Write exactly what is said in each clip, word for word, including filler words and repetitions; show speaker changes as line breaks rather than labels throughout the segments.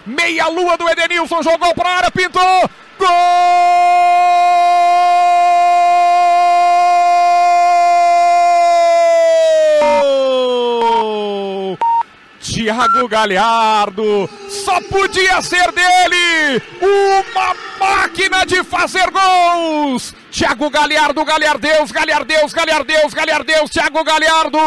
meia-lua do Edenilson, jogou para a área, pintou, gol! Thiago Galhardo, só podia ser dele, uma máquina de fazer gols. Thiago Galhardo, Galhardeus, Galhardeus, Galhardeus, Galhardeus, Thiago Galhardo,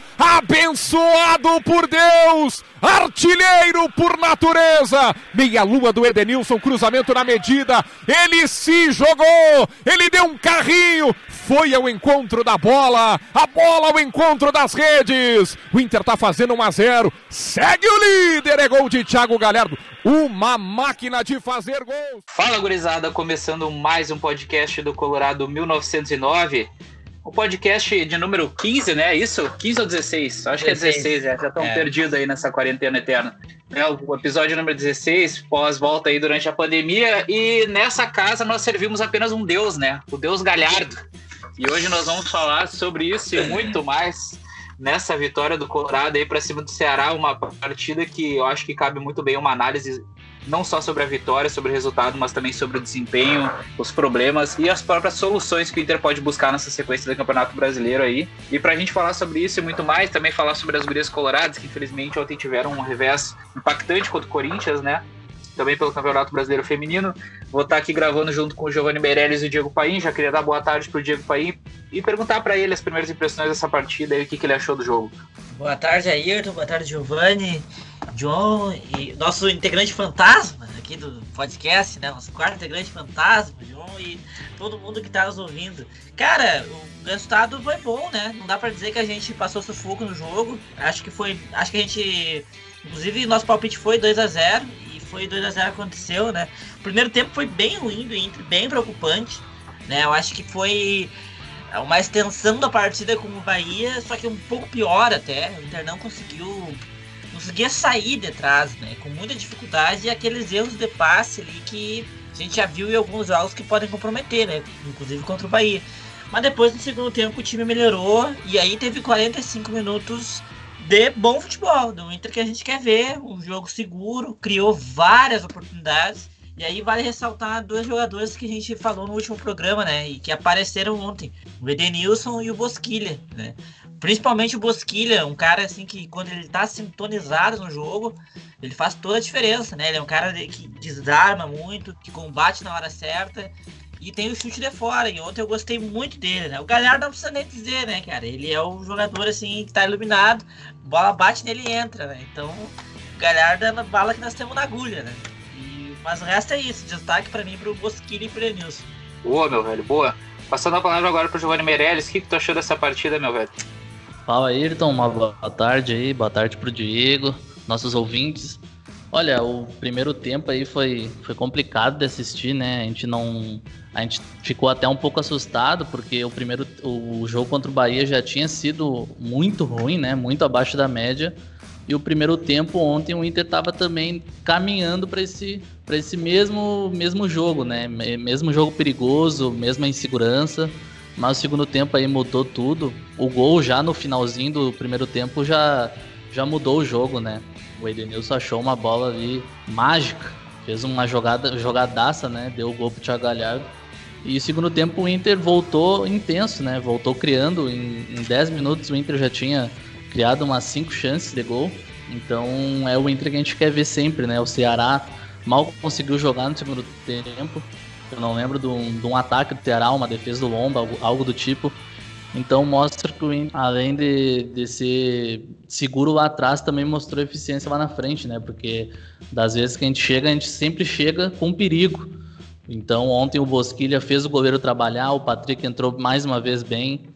abençoado por Deus, artilheiro por natureza, meia-lua do Edenilson, cruzamento na medida, ele se jogou, ele deu um carrinho, foi ao encontro da bola, a bola ao encontro das redes, o Inter tá fazendo um a zero, segue o líder, é gol de Thiago Galhardo, uma máquina de fazer gols.
Fala, gurizada, começando mais um podcast do Colorado mil novecentos e nove, o podcast de número quinze, né? Isso? quinze ou dezesseis? Acho dezesseis. Que é dezesseis, é. Já estão é. perdidos aí nessa quarentena eterna. É o episódio número dezesseis, pós-volta aí durante a pandemia, e nessa casa nós servimos apenas um Deus, né? O Deus Galhardo. E hoje nós vamos falar sobre isso e muito mais nessa vitória do Colorado aí para cima do Ceará, uma partida que eu acho que cabe muito bem uma análise não só sobre a vitória, sobre o resultado, mas também sobre o desempenho, os problemas e as próprias soluções que o Inter pode buscar nessa sequência do Campeonato Brasileiro aí. E pra gente falar sobre isso e muito mais, também falar sobre as gurias coloradas, que infelizmente ontem tiveram um revés impactante contra o Corinthians, né? Também pelo Campeonato Brasileiro Feminino. Vou estar aqui gravando junto com o Giovanni Meirelles e o Diego Paim. Já queria dar boa tarde pro Diego Paim e perguntar para ele as primeiras impressões dessa partida e o que, que ele achou do jogo.
Boa tarde, Ayrton. Boa tarde, Giovanni, John e nosso integrante fantasma aqui do podcast, né? Nosso quarto integrante fantasma, John, e todo mundo que tá nos ouvindo. Cara, o resultado foi bom, né? Não dá pra dizer que a gente passou sufoco no jogo. Acho que foi. Acho que a gente. Inclusive, nosso palpite foi dois a zero. Foi dois a zero, aconteceu, né? O primeiro tempo foi bem ruim do Inter, bem preocupante, né? Eu acho que foi uma extensão da partida com o Bahia, só que um pouco pior até. O Inter não conseguiu conseguia sair de trás, né? Com muita dificuldade, e aqueles erros de passe ali que a gente já viu em alguns jogos que podem comprometer, né? Inclusive contra o Bahia. Mas depois, no segundo tempo, o time melhorou, e aí teve quarenta e cinco minutos de bom futebol, do Inter que a gente quer ver, um jogo seguro, criou várias oportunidades, e aí vale ressaltar dois jogadores que a gente falou no último programa, né, e que apareceram ontem, o Edenilson e o Bosquilha, né, principalmente o Bosquilha, um cara assim que quando ele tá sintonizado no jogo, ele faz toda a diferença, né, ele é um cara que desarma muito, que combate na hora certa, e tem o chute de fora, e ontem eu gostei muito dele, né? O Galhardo não precisa nem dizer, né, cara? Ele é um jogador, assim, que tá iluminado, bola bate nele e entra, né? Então, o Galhardo é a bala que nós temos na agulha, né? E, mas o resto é isso, destaque pra mim pro Bosquilha e pro Edenilson.
Boa, meu velho, boa. Passando a palavra agora pro Giovanni Meirelles, o que, que tu achou dessa partida, meu velho?
Fala, Ayrton, uma boa tarde aí, boa tarde pro Diego, nossos ouvintes. Olha, o primeiro tempo aí foi, foi complicado de assistir, né? A gente não, a gente ficou até um pouco assustado porque o primeiro, o jogo contra o Bahia já tinha sido muito ruim, né? Muito abaixo da média. E o primeiro tempo ontem o Inter estava também caminhando para esse, para esse mesmo, mesmo jogo, né? Mesmo jogo perigoso, mesma insegurança. Mas o segundo tempo aí mudou tudo. O gol já no finalzinho do primeiro tempo já, já mudou o jogo, né? O Edenilson achou uma bola ali mágica, fez uma jogada, jogadaça, né? Deu o gol pro Thiago Galhardo. E no segundo tempo o Inter voltou intenso, né? Voltou criando. Em, em dez minutos o Inter já tinha criado umas cinco chances de gol. Então é o Inter que a gente quer ver sempre, né? O Ceará mal conseguiu jogar no segundo tempo. Eu não lembro de um, de um ataque do Ceará, uma defesa do Lomba, algo, algo do tipo. Então mostra que o Inter, além de, de ser seguro lá atrás, também mostrou eficiência lá na frente, né? Porque das vezes que a gente chega, a gente sempre chega com perigo. Então ontem o Bosquilha fez o goleiro trabalhar, o Patrick entrou mais uma vez bem.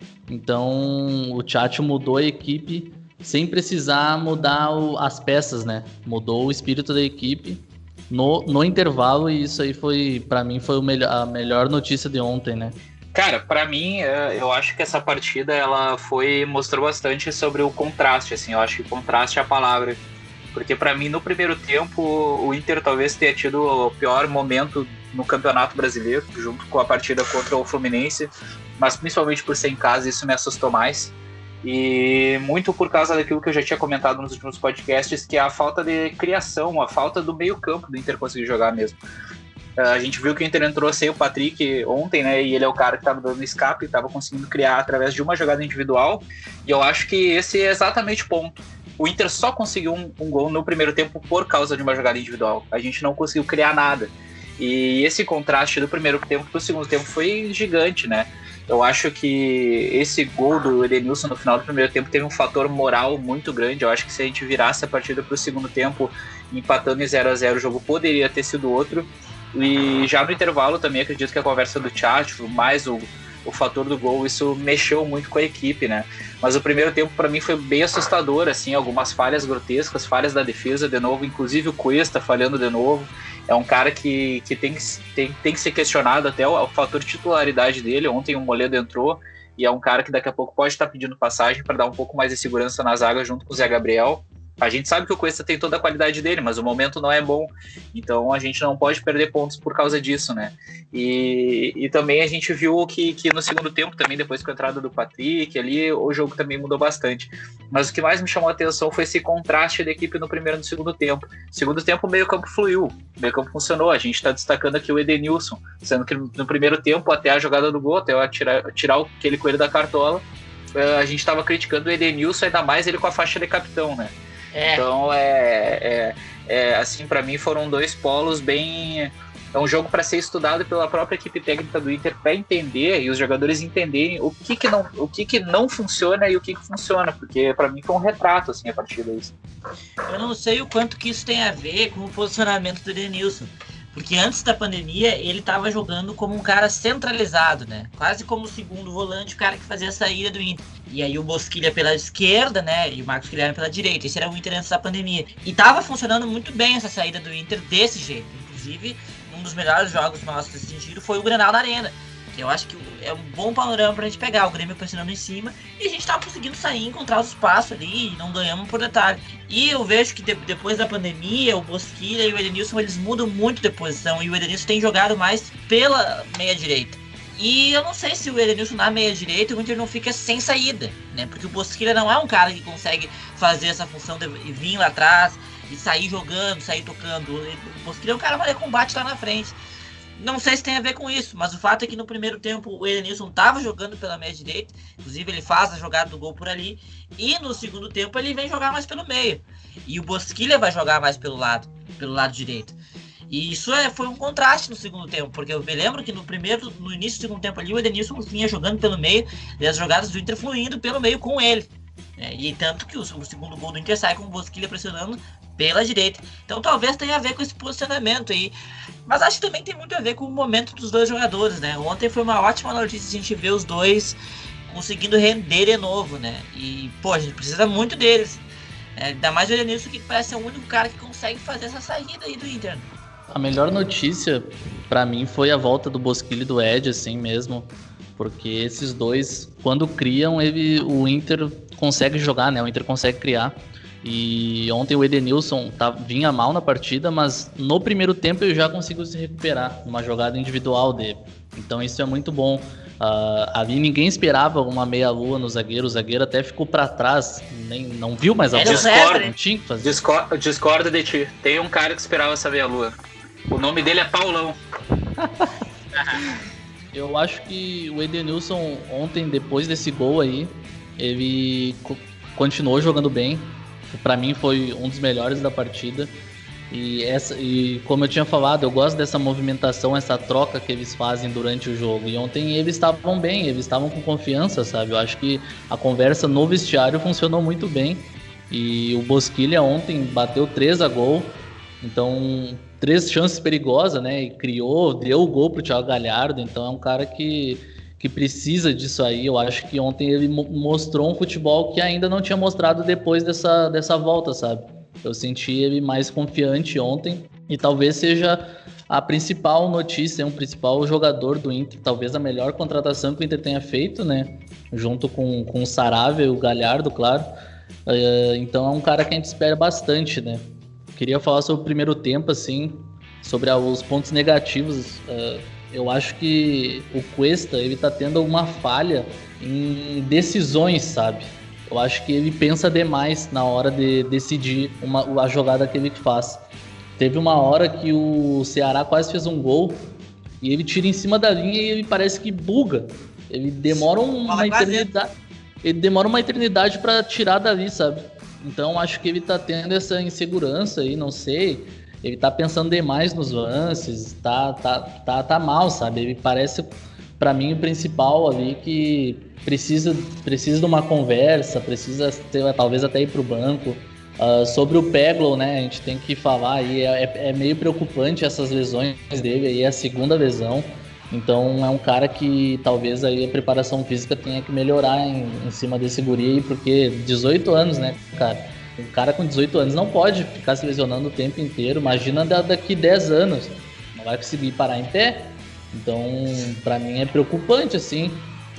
Então o Tchatcho mudou a equipe sem precisar mudar o, as peças, né? Mudou o espírito da equipe no, no intervalo, e isso aí foi, pra mim, foi o melhor, a melhor notícia de ontem, né?
Cara, pra mim, eu acho que essa partida, ela foi, mostrou bastante sobre o contraste, assim, eu acho que contraste é a palavra, porque pra mim, no primeiro tempo, o Inter talvez tenha tido o pior momento no Campeonato Brasileiro, junto com a partida contra o Fluminense, mas principalmente por ser em casa, isso me assustou mais. E muito por causa daquilo que eu já tinha comentado nos últimos podcasts, que é a falta de criação, a falta do meio campo do Inter conseguir jogar mesmo. A gente viu que o Inter entrou sem o Patrick ontem, né? E ele é o cara que estava dando escape, estava conseguindo criar através de uma jogada individual. E eu acho que esse é exatamente o ponto. O Inter só conseguiu um, um gol no primeiro tempo por causa de uma jogada individual. A gente não conseguiu criar nada. E esse contraste do primeiro tempo para o segundo tempo foi gigante, né? Eu acho que esse gol do Edenilson no final do primeiro tempo teve um fator moral muito grande. Eu acho que se a gente virasse a partida para o segundo tempo, empatando em zero a zero, o jogo poderia ter sido outro. E já no intervalo também acredito que a conversa do Tchatcho, mais o, o fator do gol, isso mexeu muito com a equipe, né? Mas o primeiro tempo para mim foi bem assustador, assim, algumas falhas grotescas, falhas da defesa de novo, inclusive o Cuesta falhando de novo. É um cara que, que tem, que tem, tem que ser questionado até o, o fator titularidade dele. Ontem o Moledo entrou e é um cara que daqui a pouco pode estar pedindo passagem para dar um pouco mais de segurança na zaga junto com o Zé Gabriel. A gente sabe que o Cuesta tem toda a qualidade dele, mas o momento não é bom. Então a gente não pode perder pontos por causa disso, né? E, e também a gente viu que, que no segundo tempo, também depois com a entrada do Patrick ali, o jogo também mudou bastante. Mas o que mais me chamou a atenção foi esse contraste da equipe no primeiro e no segundo tempo. No segundo tempo o meio campo fluiu, o meio campo funcionou. A gente está destacando aqui o Edenilson, sendo que no primeiro tempo, até a jogada do gol, até eu tirar, tirar aquele coelho da cartola, a gente estava criticando o Edenilson, ainda mais ele com a faixa de capitão, né? É. Então, é, é, é assim, para mim foram dois polos bem... É um jogo para ser estudado pela própria equipe técnica do Inter para entender e os jogadores entenderem o que que não, o que que não funciona e o que que funciona, porque para mim foi um retrato, assim, a partir disso.
Eu não sei o quanto que isso tem a ver com o posicionamento do Edenilson, porque antes da pandemia ele estava jogando como um cara centralizado, né? Quase como o segundo volante, o cara que fazia a saída do Inter. E aí o Bosquilha pela esquerda, né? E o Marcos Guilherme pela direita. Esse era o Inter antes da pandemia. E tava funcionando muito bem essa saída do Inter desse jeito. Inclusive, um dos melhores jogos nossos nesse sentido foi o Grenal na Arena. Que eu acho que é um bom panorama pra gente pegar. O Grêmio pressionando em cima e a gente tava conseguindo sair, encontrar os espaços ali e não ganhamos por detalhe. E eu vejo que de, depois da pandemia, o Bosquilha e o Edenilson, eles mudam muito de posição. E o Edenilson tem jogado mais pela meia-direita. E eu não sei se o Edenilson na meia-direita o Inter não fica sem saída, né? Porque o Bosquilha não é um cara que consegue fazer essa função de vir lá atrás e sair jogando, sair tocando. O Bosquilha é um cara que vai combate lá na frente. Não sei se tem a ver com isso, mas o fato é que no primeiro tempo o Edenilson estava jogando pela meia-direita, inclusive ele faz a jogada do gol por ali, e no segundo tempo ele vem jogar mais pelo meio. E o Bosquilha vai jogar mais pelo lado, pelo lado direito. E isso é, foi um contraste no segundo tempo, porque eu me lembro que no primeiro, no início do segundo tempo ali, o Edenilson vinha jogando pelo meio e as jogadas do Inter fluindo pelo meio com ele. Né? E tanto que o, o segundo gol do Inter sai com o Bosquilha pressionando pela direita. Então talvez tenha a ver com esse posicionamento aí. Mas acho que também tem muito a ver com o momento dos dois jogadores, né? Ontem foi uma ótima notícia a gente ver os dois conseguindo render de novo, né? E, pô, a gente precisa muito deles. É, ainda mais o Edenilson, que parece ser o único cara que consegue fazer essa saída aí do Inter.
A melhor notícia pra mim foi a volta do Bosquilha e do Ed, assim mesmo, porque esses dois, quando criam, ele, o Inter consegue jogar, né? O Inter consegue criar. E ontem o Edenilson tá, vinha mal na partida, mas no primeiro tempo ele já conseguiu se recuperar numa jogada individual dele. Então isso é muito bom. Uh, ali ninguém esperava uma meia-lua no zagueiro, o zagueiro até ficou pra trás, nem, não viu mais a bola.
Discordo, não tinha que fazer. Discordo, discordo de ti. Tem um cara que esperava essa meia-lua. O nome dele é Paulão.
Eu acho que o Edenilson ontem, depois desse gol aí, ele co- continuou jogando bem. Pra mim foi um dos melhores da partida. E, essa, e como eu tinha falado, eu gosto dessa movimentação, essa troca que eles fazem durante o jogo. E ontem eles estavam bem, eles estavam com confiança, sabe? Eu acho que a conversa no vestiário funcionou muito bem. E o Bosquilha ontem bateu três a gol. Então, três chances perigosas, né? E criou, deu o gol pro Thiago Galhardo. Então é um cara que, que precisa disso aí. Eu acho que ontem ele mo- mostrou um futebol que ainda não tinha mostrado depois dessa, dessa volta, sabe? Eu senti ele mais confiante ontem e talvez seja a principal notícia, um principal jogador do Inter, talvez a melhor contratação que o Inter tenha feito, né? Junto com, com o Saravia e o Galhardo, claro. Uh, então é um cara que a gente espera bastante, né? Queria falar sobre o primeiro tempo, assim, sobre os pontos negativos. Uh, eu acho que o Cuesta, ele tá tendo uma falha em decisões, sabe? Eu acho que ele pensa demais na hora de decidir uma, a jogada que ele faz. Teve uma hora que o Ceará quase fez um gol e ele tira em cima da linha e ele parece que buga. Ele demora uma eternidade, ele demora uma eternidade para tirar dali, sabe? Então acho que ele tá tendo essa insegurança aí, não sei. Ele tá pensando demais nos lances, tá, tá, tá, tá mal, sabe? Ele parece, para mim, o principal ali que precisa, precisa de uma conversa, precisa ter, talvez até ir pro banco. Uh, sobre o Peglow, né, a gente tem que falar aí, é, é meio preocupante essas lesões dele aí, é a segunda lesão, então é um cara que talvez aí a preparação física tenha que melhorar em, em cima desse guri aí, porque dezoito anos, né, cara, um cara com dezoito anos não pode ficar se lesionando o tempo inteiro, imagina daqui dez anos, não vai conseguir parar em pé, então pra mim é preocupante, assim.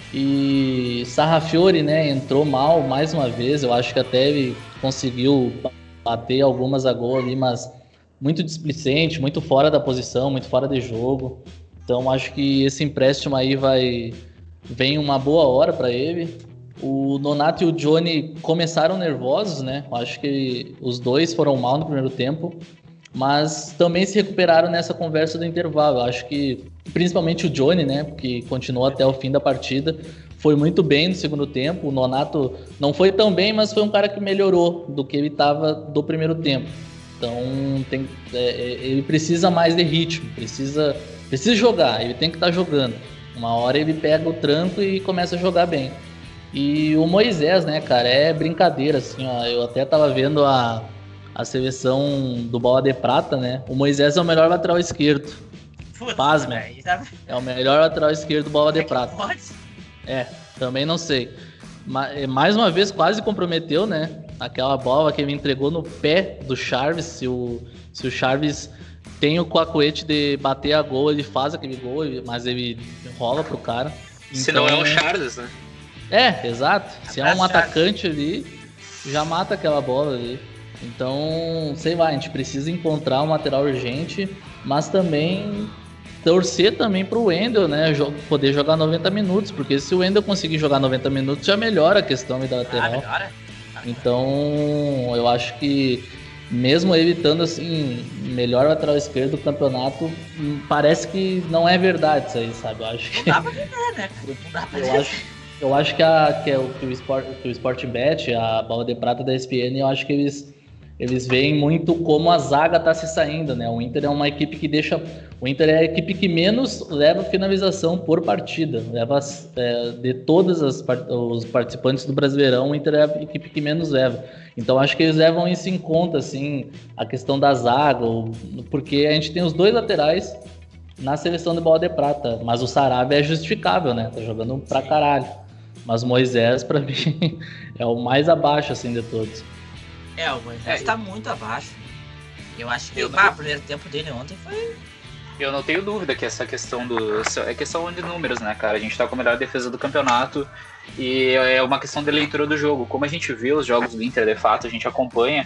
E Sarrafiori, né, entrou mal mais uma vez, eu acho que até ele conseguiu bater algumas a gol ali, mas muito displicente, muito fora da posição, muito fora de jogo. Então acho que esse empréstimo aí vai vem uma boa hora para ele. O Nonato e o Johnny começaram nervosos, né? Acho que os dois foram mal no primeiro tempo, mas também se recuperaram nessa conversa do intervalo. Acho que principalmente o Johnny, né, que continuou até o fim da partida, foi muito bem no segundo tempo. O Nonato não foi tão bem, mas foi um cara que melhorou do que ele estava do primeiro tempo. Então tem, é, ele precisa mais de ritmo, precisa, precisa jogar, ele tem que estar tá jogando. Uma hora ele pega o tranco e começa a jogar bem. E o Moisés, né, cara, é brincadeira, assim, ó, eu até tava vendo a, a seleção do Bola de Prata, né, o Moisés é o melhor lateral esquerdo. Pasma, é o melhor lateral esquerdo do Bola de Prata. É, também não sei. Mas, mais uma vez quase comprometeu, né, aquela bola que ele entregou no pé do Charves. Se o, se o Charves tem o coacuete de bater a gol, ele faz aquele gol, mas ele rola pro cara.
Se então, não é o Charles, né?
É, exato. Se é um atacante ali, já mata aquela bola ali. Então, sei lá, a gente precisa encontrar um lateral urgente, mas também torcer também pro Wendel, né, poder jogar noventa minutos, porque se o Wendel conseguir jogar noventa minutos, já melhora a questão da lateral. Ah, melhora. Então, eu acho que mesmo ele estando assim, melhor lateral esquerdo do campeonato, parece que não é verdade isso aí, sabe? Eu acho que...
Não dá pra dizer, né? Não dá pra dizer.
Eu acho, eu acho que, a, que, é o, que, o Sport, que o Sportbet, a Bola de Prata da E S P N, eu acho que eles, eles veem muito como a zaga tá se saindo, né? O Inter é uma equipe que deixa... O Inter é a equipe que menos leva finalização por partida. Leva, é, de todos as, os participantes do Brasileirão, o Inter é a equipe que menos leva. Então acho que eles levam isso em conta, assim, a questão da zaga, porque a gente tem os dois laterais na seleção de Bola de Prata, mas o Sarabia é justificável, né? Tá jogando pra caralho. Mas o Moisés, pra mim, é o mais abaixo, assim, de todos.
É, o Moisés é, tá muito abaixo. Eu acho que eu ah, o primeiro tempo dele ontem foi...
Eu não tenho dúvida que essa questão do... É questão de números, né, cara? A gente tá com a melhor defesa do campeonato e é uma questão de leitura do jogo. Como a gente vê os jogos do Inter, de fato, a gente acompanha.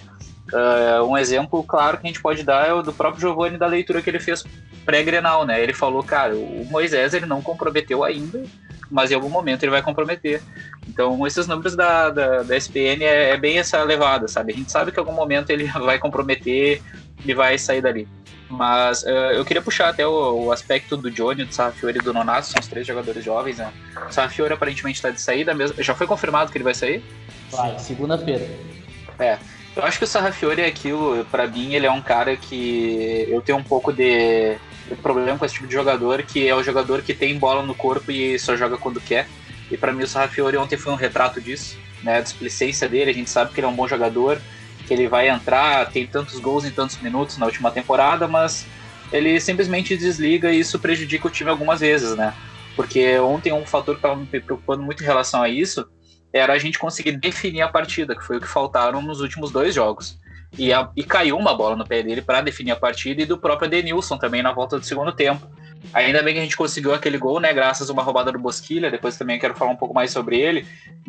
Uh, um exemplo claro que a gente pode dar é o do próprio Giovani, da leitura que ele fez pré-Grenal, né? Ele falou, cara, o Moisés ele não comprometeu ainda, mas em algum momento ele vai comprometer. Então, esses números da, da, da E S P N é, é bem essa levada, sabe? A gente sabe que em algum momento ele vai comprometer e vai sair dali. Mas uh, eu queria puxar até o, o aspecto do Johnny, do Sarrafiori e do Nonato, são os três jogadores jovens, né? O Sarrafiori aparentemente está de saída mesmo. Já foi confirmado que ele vai sair?
Vai, segunda-feira.
É. Eu acho que o Sarrafiori é aquilo, pra mim, ele é um cara que eu tenho um pouco de, de problema com esse tipo de jogador, que é o jogador que tem bola no corpo e só joga quando quer. E pra mim o Sarrafiori ontem foi um retrato disso, né? A displicência dele, a gente sabe que ele é um bom jogador, que ele vai entrar, tem tantos gols em tantos minutos na última temporada, mas ele simplesmente desliga e isso prejudica o time algumas vezes, né? Porque ontem um fator que estava me preocupando muito em relação a isso era a gente conseguir definir a partida, que foi o que faltaram nos últimos dois jogos. E, a, e caiu uma bola no pé dele para definir a partida, e do próprio Denilson também na volta do segundo tempo. Ainda bem que a gente conseguiu aquele gol, né? Graças a uma roubada do Bosquilha. Depois também quero falar um pouco mais sobre ele.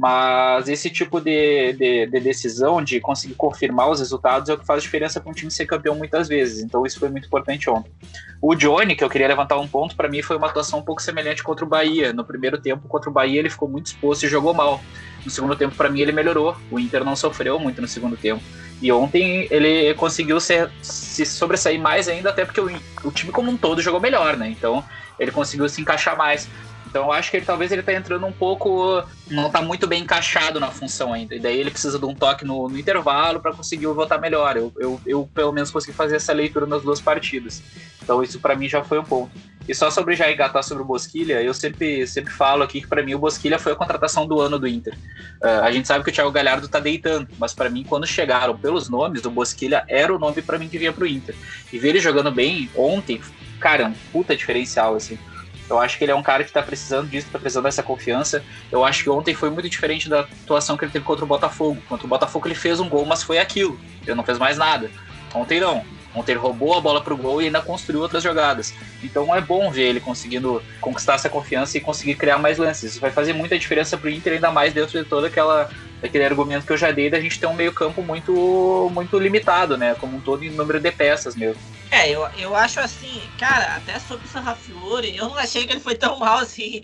Mas esse tipo de, de, de decisão, de conseguir confirmar os resultados, é o que faz diferença para um time ser campeão muitas vezes. Então isso foi muito importante ontem. O Johnny, que eu queria levantar um ponto, para mim foi uma atuação um pouco semelhante contra o Bahia. No primeiro tempo, contra o Bahia, ele ficou muito exposto e jogou mal. No segundo tempo, para mim, ele melhorou. O Inter não sofreu muito no segundo tempo. E ontem ele conseguiu ser, se sobressair mais ainda, até porque o, o time como um todo jogou melhor, né? Então ele conseguiu se encaixar mais. Então eu acho que ele talvez ele tá entrando um pouco, não tá muito bem encaixado na função ainda. E daí ele precisa de um toque no, no intervalo para conseguir voltar melhor. Eu, eu, eu pelo menos consegui fazer essa leitura nas duas partidas. Então isso para mim já foi um ponto. E só sobre já engatar sobre o Bosquilha, eu sempre, sempre falo aqui que para mim o Bosquilha foi a contratação do ano do Inter. Uh, a gente sabe que o Thiago Galhardo tá deitando, mas para mim quando chegaram pelos nomes, o Bosquilha era o nome para mim que vinha pro Inter. E ver ele jogando bem ontem, cara, um puta diferencial, assim. Eu acho que ele é um cara que tá precisando disso, tá precisando dessa confiança. Eu acho que ontem foi muito diferente da atuação que ele teve contra o Botafogo. Contra o Botafogo ele fez um gol, mas foi aquilo. Ele não fez mais nada. Ontem não. Ontem ele roubou a bola pro gol e ainda construiu outras jogadas. Então é bom ver ele conseguindo conquistar essa confiança e conseguir criar mais lances. Isso vai fazer muita diferença pro Inter, ainda mais dentro de todo aquela, aquele argumento que eu já dei da gente ter um meio campo muito, muito limitado, né? Como um todo em número de peças mesmo.
É, eu, eu acho assim, cara, até sobre o Sarrafiore, eu não achei que ele foi tão mal assim.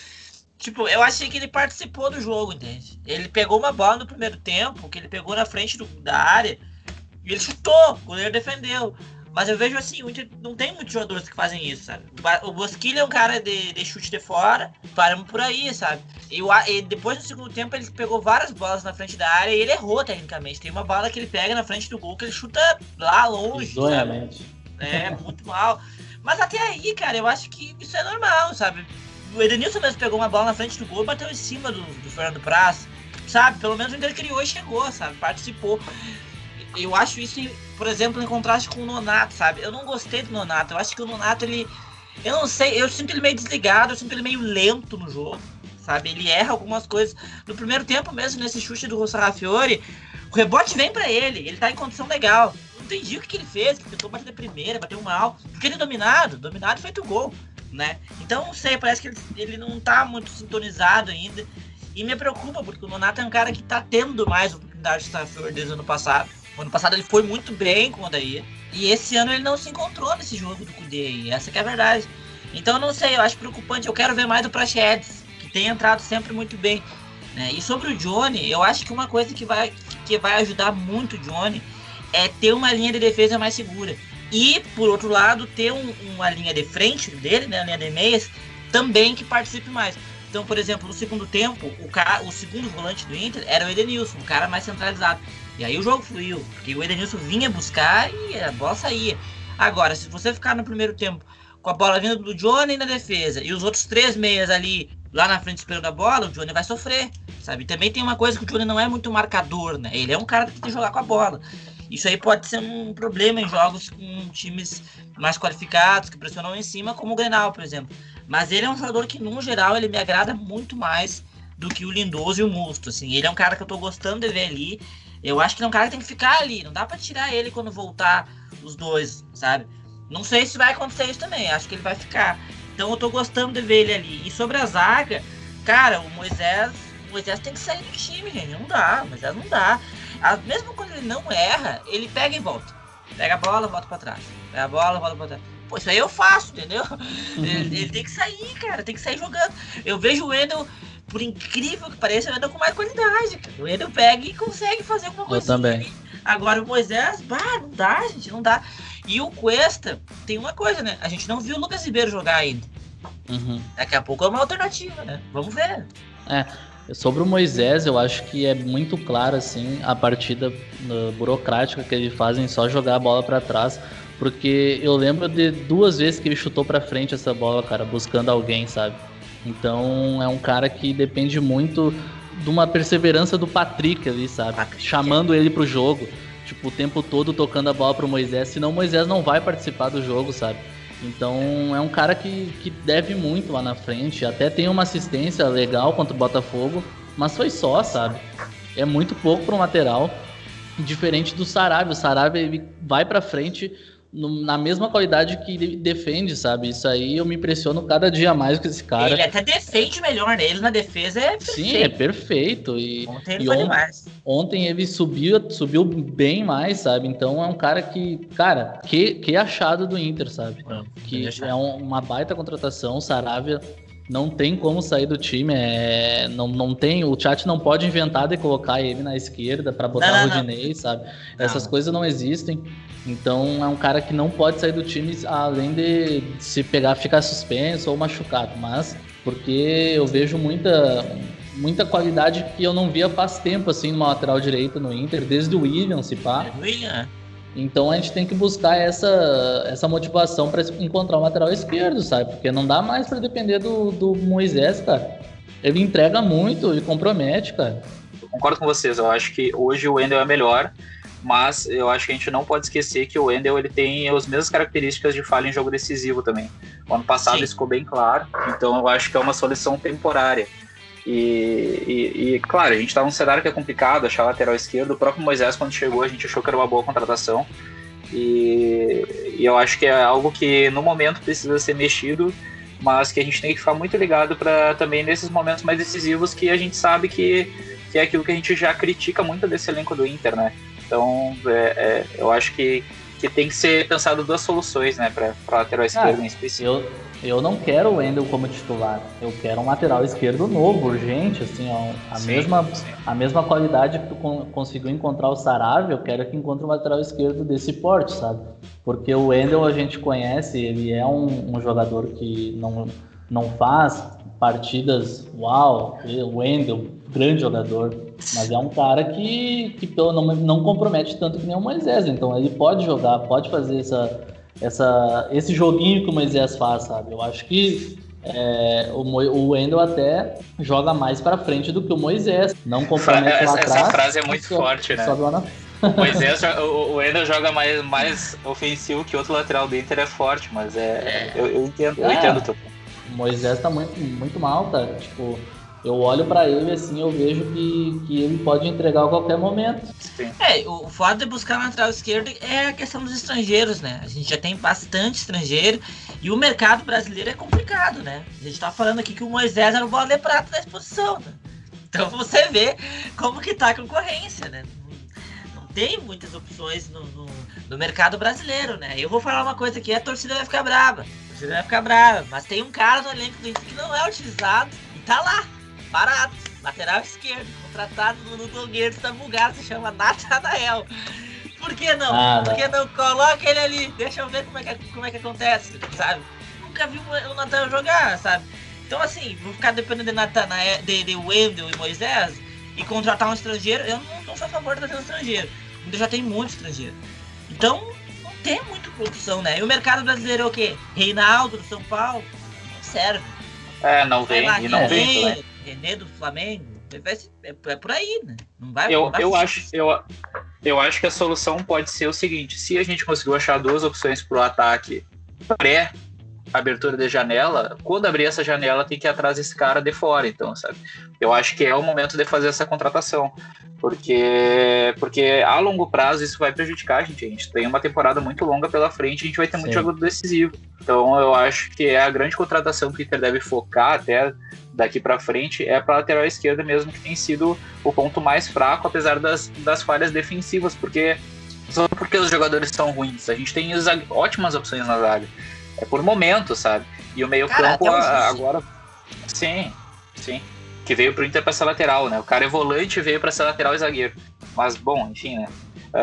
Tipo, eu achei que ele participou do jogo, entende? Ele pegou uma bola no primeiro tempo, que ele pegou na frente do, da área, e ele chutou, o goleiro defendeu. Mas eu vejo assim, o Inter não tem muitos jogadores que fazem isso, sabe? O Bosquilha é um cara de, de chute de fora, paramos por aí, sabe? E, o, e depois no segundo tempo ele pegou várias bolas na frente da área e ele errou tecnicamente. Tem uma bola que ele pega na frente do gol que ele chuta lá longe, sabe? É, muito mal. Mas até aí, cara, eu acho que isso é normal, sabe? O Edenilson mesmo pegou uma bola na frente do gol e bateu em cima do, do Fernando Praz, sabe? Pelo menos o Inter criou e chegou, sabe? Participou. Eu acho isso, por exemplo, em contraste com o Nonato, sabe? Eu não gostei do Nonato. Eu acho que o Nonato, ele... Eu não sei, eu sinto ele meio desligado, eu sinto ele meio lento no jogo, sabe? Ele erra algumas coisas. No primeiro tempo mesmo, nesse chute do Sarrafiore, o rebote vem pra ele, ele tá em condição legal. Não entendi o que, que ele fez, que tentou bater de primeira, bateu mal. Porque ele é dominado, dominado feito gol, né? Então, não sei, parece que ele, ele não tá muito sintonizado ainda. E me preocupa, porque o Nonato é um cara que tá tendo mais oportunidade de Sarrafiore desde o ano passado. O ano passado ele foi muito bem com o Odair. E esse ano ele não se encontrou nesse jogo do Cudê. E essa que é a verdade. Então eu não sei, eu acho preocupante. Eu quero ver mais do Praxedes, que tem entrado sempre muito bem, né? E sobre o Johnny, eu acho que uma coisa que vai, que vai ajudar muito o Johnny é ter uma linha de defesa mais segura. E, por outro lado, ter um, uma linha de frente dele, né, a linha de meias, também que participe mais. Então, por exemplo, no segundo tempo, o, cara, o segundo volante do Inter era o Edenilson, um cara mais centralizado. E aí o jogo fluiu, porque o Edenilson vinha buscar e a bola saía. Agora, se você ficar no primeiro tempo com a bola vindo do Johnny na defesa e os outros três meias ali lá na frente esperando a bola, o Johnny vai sofrer, sabe? Também tem uma coisa que o Johnny não é muito marcador, né? Ele é um cara que tem que jogar com a bola. Isso aí pode ser um problema em jogos com times mais qualificados, que pressionam em cima, como o Grenal, por exemplo. Mas ele é um jogador que, no geral, ele me agrada muito mais do que o Lindoso e o Musto, assim. Ele é um cara que eu tô gostando de ver ali. Eu acho que é um cara que tem que ficar ali. Não dá pra tirar ele quando voltar os dois, sabe? Não sei se vai acontecer isso também. Acho que ele vai ficar. Então eu tô gostando de ver ele ali. E sobre a zaga, cara, o Moisés... O Moisés tem que sair do time, gente. Não dá. O Moisés não dá. A, mesmo quando ele não erra, ele pega e volta. Pega a bola, volta pra trás. Pega a bola, volta pra trás. Pô, isso aí eu faço, entendeu? ele, ele tem que sair, cara. Tem que sair jogando. Eu vejo o Wendel... Por incrível que pareça, eu ando com mais qualidade, cara. O Wendel pega e consegue fazer alguma coisa.
Eu também.
Agora o Moisés, bah, não dá, gente, não dá. E o Cuesta, tem uma coisa, né? A gente não viu o Lucas Ribeiro jogar ainda.
Uhum.
Daqui a pouco é uma alternativa, né? Vamos ver.
É, sobre o Moisés, eu acho que é muito claro, assim, a partida uh, burocrática que eles fazem só jogar a bola pra trás. Porque eu lembro de duas vezes que ele chutou pra frente essa bola, cara, buscando alguém, sabe? Então é um cara que depende muito de uma perseverança do Patrick ali, sabe? Patrick. Chamando ele pro jogo, tipo, o tempo todo tocando a bola pro Moisés, senão o Moisés não vai participar do jogo, sabe? Então é um cara que, que deve muito lá na frente, até tem uma assistência legal contra o Botafogo, mas foi só, sabe? É muito pouco para um lateral, diferente do Sarabia. O Sarabia ele vai pra frente no, na mesma qualidade que ele defende, sabe? Isso aí eu me impressiono cada dia mais com esse cara.
Ele até defende melhor, né? Ele na defesa é perfeito.
Sim, é perfeito. E,
ontem ele
e
foi
on,
demais.
Ontem ele subiu, subiu bem mais, sabe? Então é um cara que, cara, que, que achado do Inter, sabe?
Não,
que é um, uma baita contratação, o Saravia não tem como sair do time, é, não, não tem, o Tchatch não pode inventar de colocar ele na esquerda para botar não, não, Rodinei, não. sabe? Essas não. coisas não existem. Então é um cara que não pode sair do time além de se pegar, ficar suspenso ou machucado, mas porque eu vejo muita, muita qualidade que eu não via faz tempo assim numa lateral direita no Inter, desde o William, se pá.
É William.
Então a gente tem que buscar essa, essa motivação para encontrar um lateral esquerdo, sabe? Porque não dá mais para depender do, do Moisés, cara. Ele entrega muito, ele compromete, cara.
Eu concordo com vocês, eu acho que hoje o Wendel é melhor, mas eu acho que a gente não pode esquecer que o Wendel ele tem as mesmas características de falha em jogo decisivo também. O ano passado Sim. isso ficou bem claro, então eu acho que é uma solução temporária. E, e, e, claro, a gente tá num cenário que é complicado, achar lateral esquerdo. O próprio Moisés, quando chegou, a gente achou que era uma boa contratação. E, e eu acho que é algo que no momento precisa ser mexido, mas que a gente tem que ficar muito ligado para também nesses momentos mais decisivos, que a gente sabe que, que é aquilo que a gente já critica muito desse elenco do Inter, né? Então, é, é, eu acho que, que tem que ser pensado duas soluções, né, para lateral esquerdo
ah,
em específico.
Eu... Eu não quero o Wendel como titular, eu quero um lateral esquerdo novo, urgente, assim, ó, a, sim, mesma, sim. a mesma qualidade que tu con- conseguiu encontrar o Saravia, eu quero que encontre um lateral esquerdo desse porte, sabe? Porque o Wendel a gente conhece, ele é um, um jogador que não, não faz partidas, uau, o Wendel, grande jogador, mas é um cara que, que não, não compromete tanto que nem o Moisés, então ele pode jogar, pode fazer essa... Essa, esse joguinho que o Moisés faz, sabe? Eu acho que é, o, Mo, o Wendel até joga mais pra frente do que o Moisés. Não compromete
essa,
lá atrás.
Essa frase é muito forte, né?
Lá na...
O Moisés, o Wendel joga mais, mais ofensivo que o outro lateral do Inter, é forte, mas é, eu, eu entendo, eu
é,
entendo tu.
O Moisés tá muito, muito mal, cara. Tipo, eu olho pra ele assim, eu vejo que, que ele pode entregar a qualquer momento.
Sim.
É, o fato de buscar na lateral esquerda é a questão dos estrangeiros, né? A gente já tem bastante estrangeiro e o mercado brasileiro é complicado, né? A gente tá falando aqui que o Moisés era o bola de prata da exposição, né? Então você vê como que tá a concorrência, né? Não tem muitas opções no, no, no mercado brasileiro, né? Eu vou falar uma coisa aqui, a torcida vai ficar brava. A torcida vai ficar brava, mas tem um cara no elenco do Inter que não é utilizado e tá lá. Barato, lateral esquerdo, contratado no Nogueira da Bulgária, se chama Nathanael. Por que não?
Ah,
Por que não? Coloca ele ali, deixa eu ver como é que, como é que acontece, sabe? Nunca vi o Nathanael jogar, sabe? Então assim, vou ficar dependendo de Nathanael, de, de Wendel e Moisés e contratar um estrangeiro, eu não, não sou a favor de trazer um estrangeiro. Ainda já tem muito estrangeiro. Então, não tem muita produção, né? E o mercado brasileiro é o quê? Reinaldo do São Paulo? Não serve.
É, não vem,
lá,
e não vem, né?
René do Flamengo, é por aí, né? Não vai,
eu,
não vai
eu, acho, eu, eu acho que a solução pode ser o seguinte: se a gente conseguiu achar duas opções para o ataque pré-abertura de janela, quando abrir essa janela tem que ir atrás desse cara de fora, então, sabe? Eu acho que é o momento de fazer essa contratação, porque, porque a longo prazo isso vai prejudicar a gente. A gente tem uma temporada muito longa pela frente, a gente vai ter muito
Sim.
jogo decisivo. Então eu acho que é a grande contratação que o Inter deve focar até daqui para frente é para a lateral esquerda mesmo, que tem sido o ponto mais fraco, apesar das, das falhas defensivas, porque só porque os jogadores são ruins, a gente tem ótimas opções na zaga, é por momento, sabe? E o meio
Cara,
campo agora, sim, sim, que veio pro Inter para ser lateral, né? O cara é volante e veio para ser lateral e zagueiro, mas bom, enfim, né?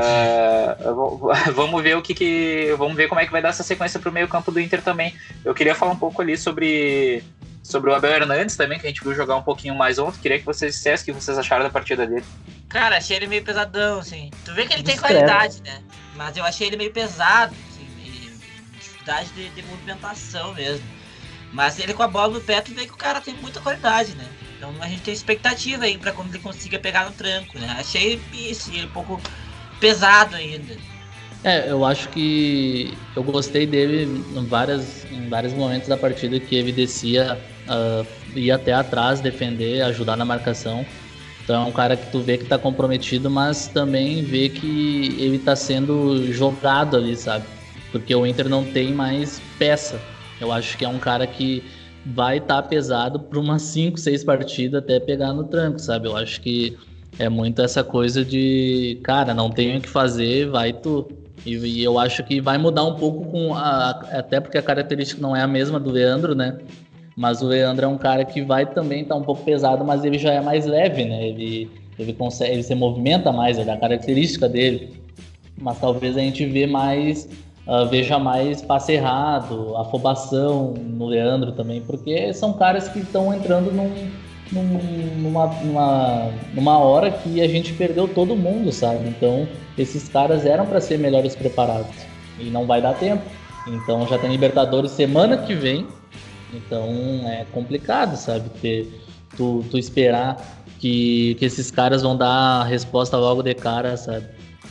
Uh, vamos ver o que, que vamos ver como é que vai dar essa sequência pro meio campo do Inter também. Eu queria falar um pouco ali sobre sobre o Abel Hernandes também, que a gente viu jogar um pouquinho mais ontem. Queria que vocês dissessem o que vocês acharam da partida dele.
Cara, achei ele meio pesadão, assim. Tu vê que ele
Discreto.
tem qualidade, né? Mas eu achei ele meio pesado, assim, meio dificuldade de, de movimentação mesmo. Mas ele com a bola no pé, tu vê que o cara tem muita qualidade, né? Então a gente tem expectativa aí pra quando ele consiga pegar no tranco, né? Achei isso, ele um pouco pesado ainda.
É, eu acho que eu gostei dele em, várias, em vários momentos da partida, que ele descia, uh, ia até atrás, defender, ajudar na marcação. Então é um cara que tu vê que tá comprometido, mas também vê que ele tá sendo jogado ali, sabe? porque o Inter não tem mais peça. Eu acho que é um cara que vai estar tá pesado por umas cinco, seis partidas até pegar no tranco, sabe? Eu acho que é muito essa coisa de, cara, não tenho o que fazer, vai tu. E, e eu acho que vai mudar um pouco com a, até porque a característica não é a mesma do Leandro, né? Mas o Leandro é um cara que vai também estar tá um pouco pesado, mas ele já é mais leve, né? Ele, ele, consegue, ele se movimenta mais, é da característica dele. Mas talvez a gente vê mais, uh, veja mais passe errado, afobação no Leandro também, porque são caras que estão entrando num, num, numa, numa, numa hora que a gente perdeu todo mundo, sabe? Então, esses caras eram para ser melhores preparados e não vai dar tempo. Então, já tem Libertadores semana que vem. Então é complicado, sabe? Ter, tu, tu esperar que, que esses caras vão dar a resposta logo de cara, sabe?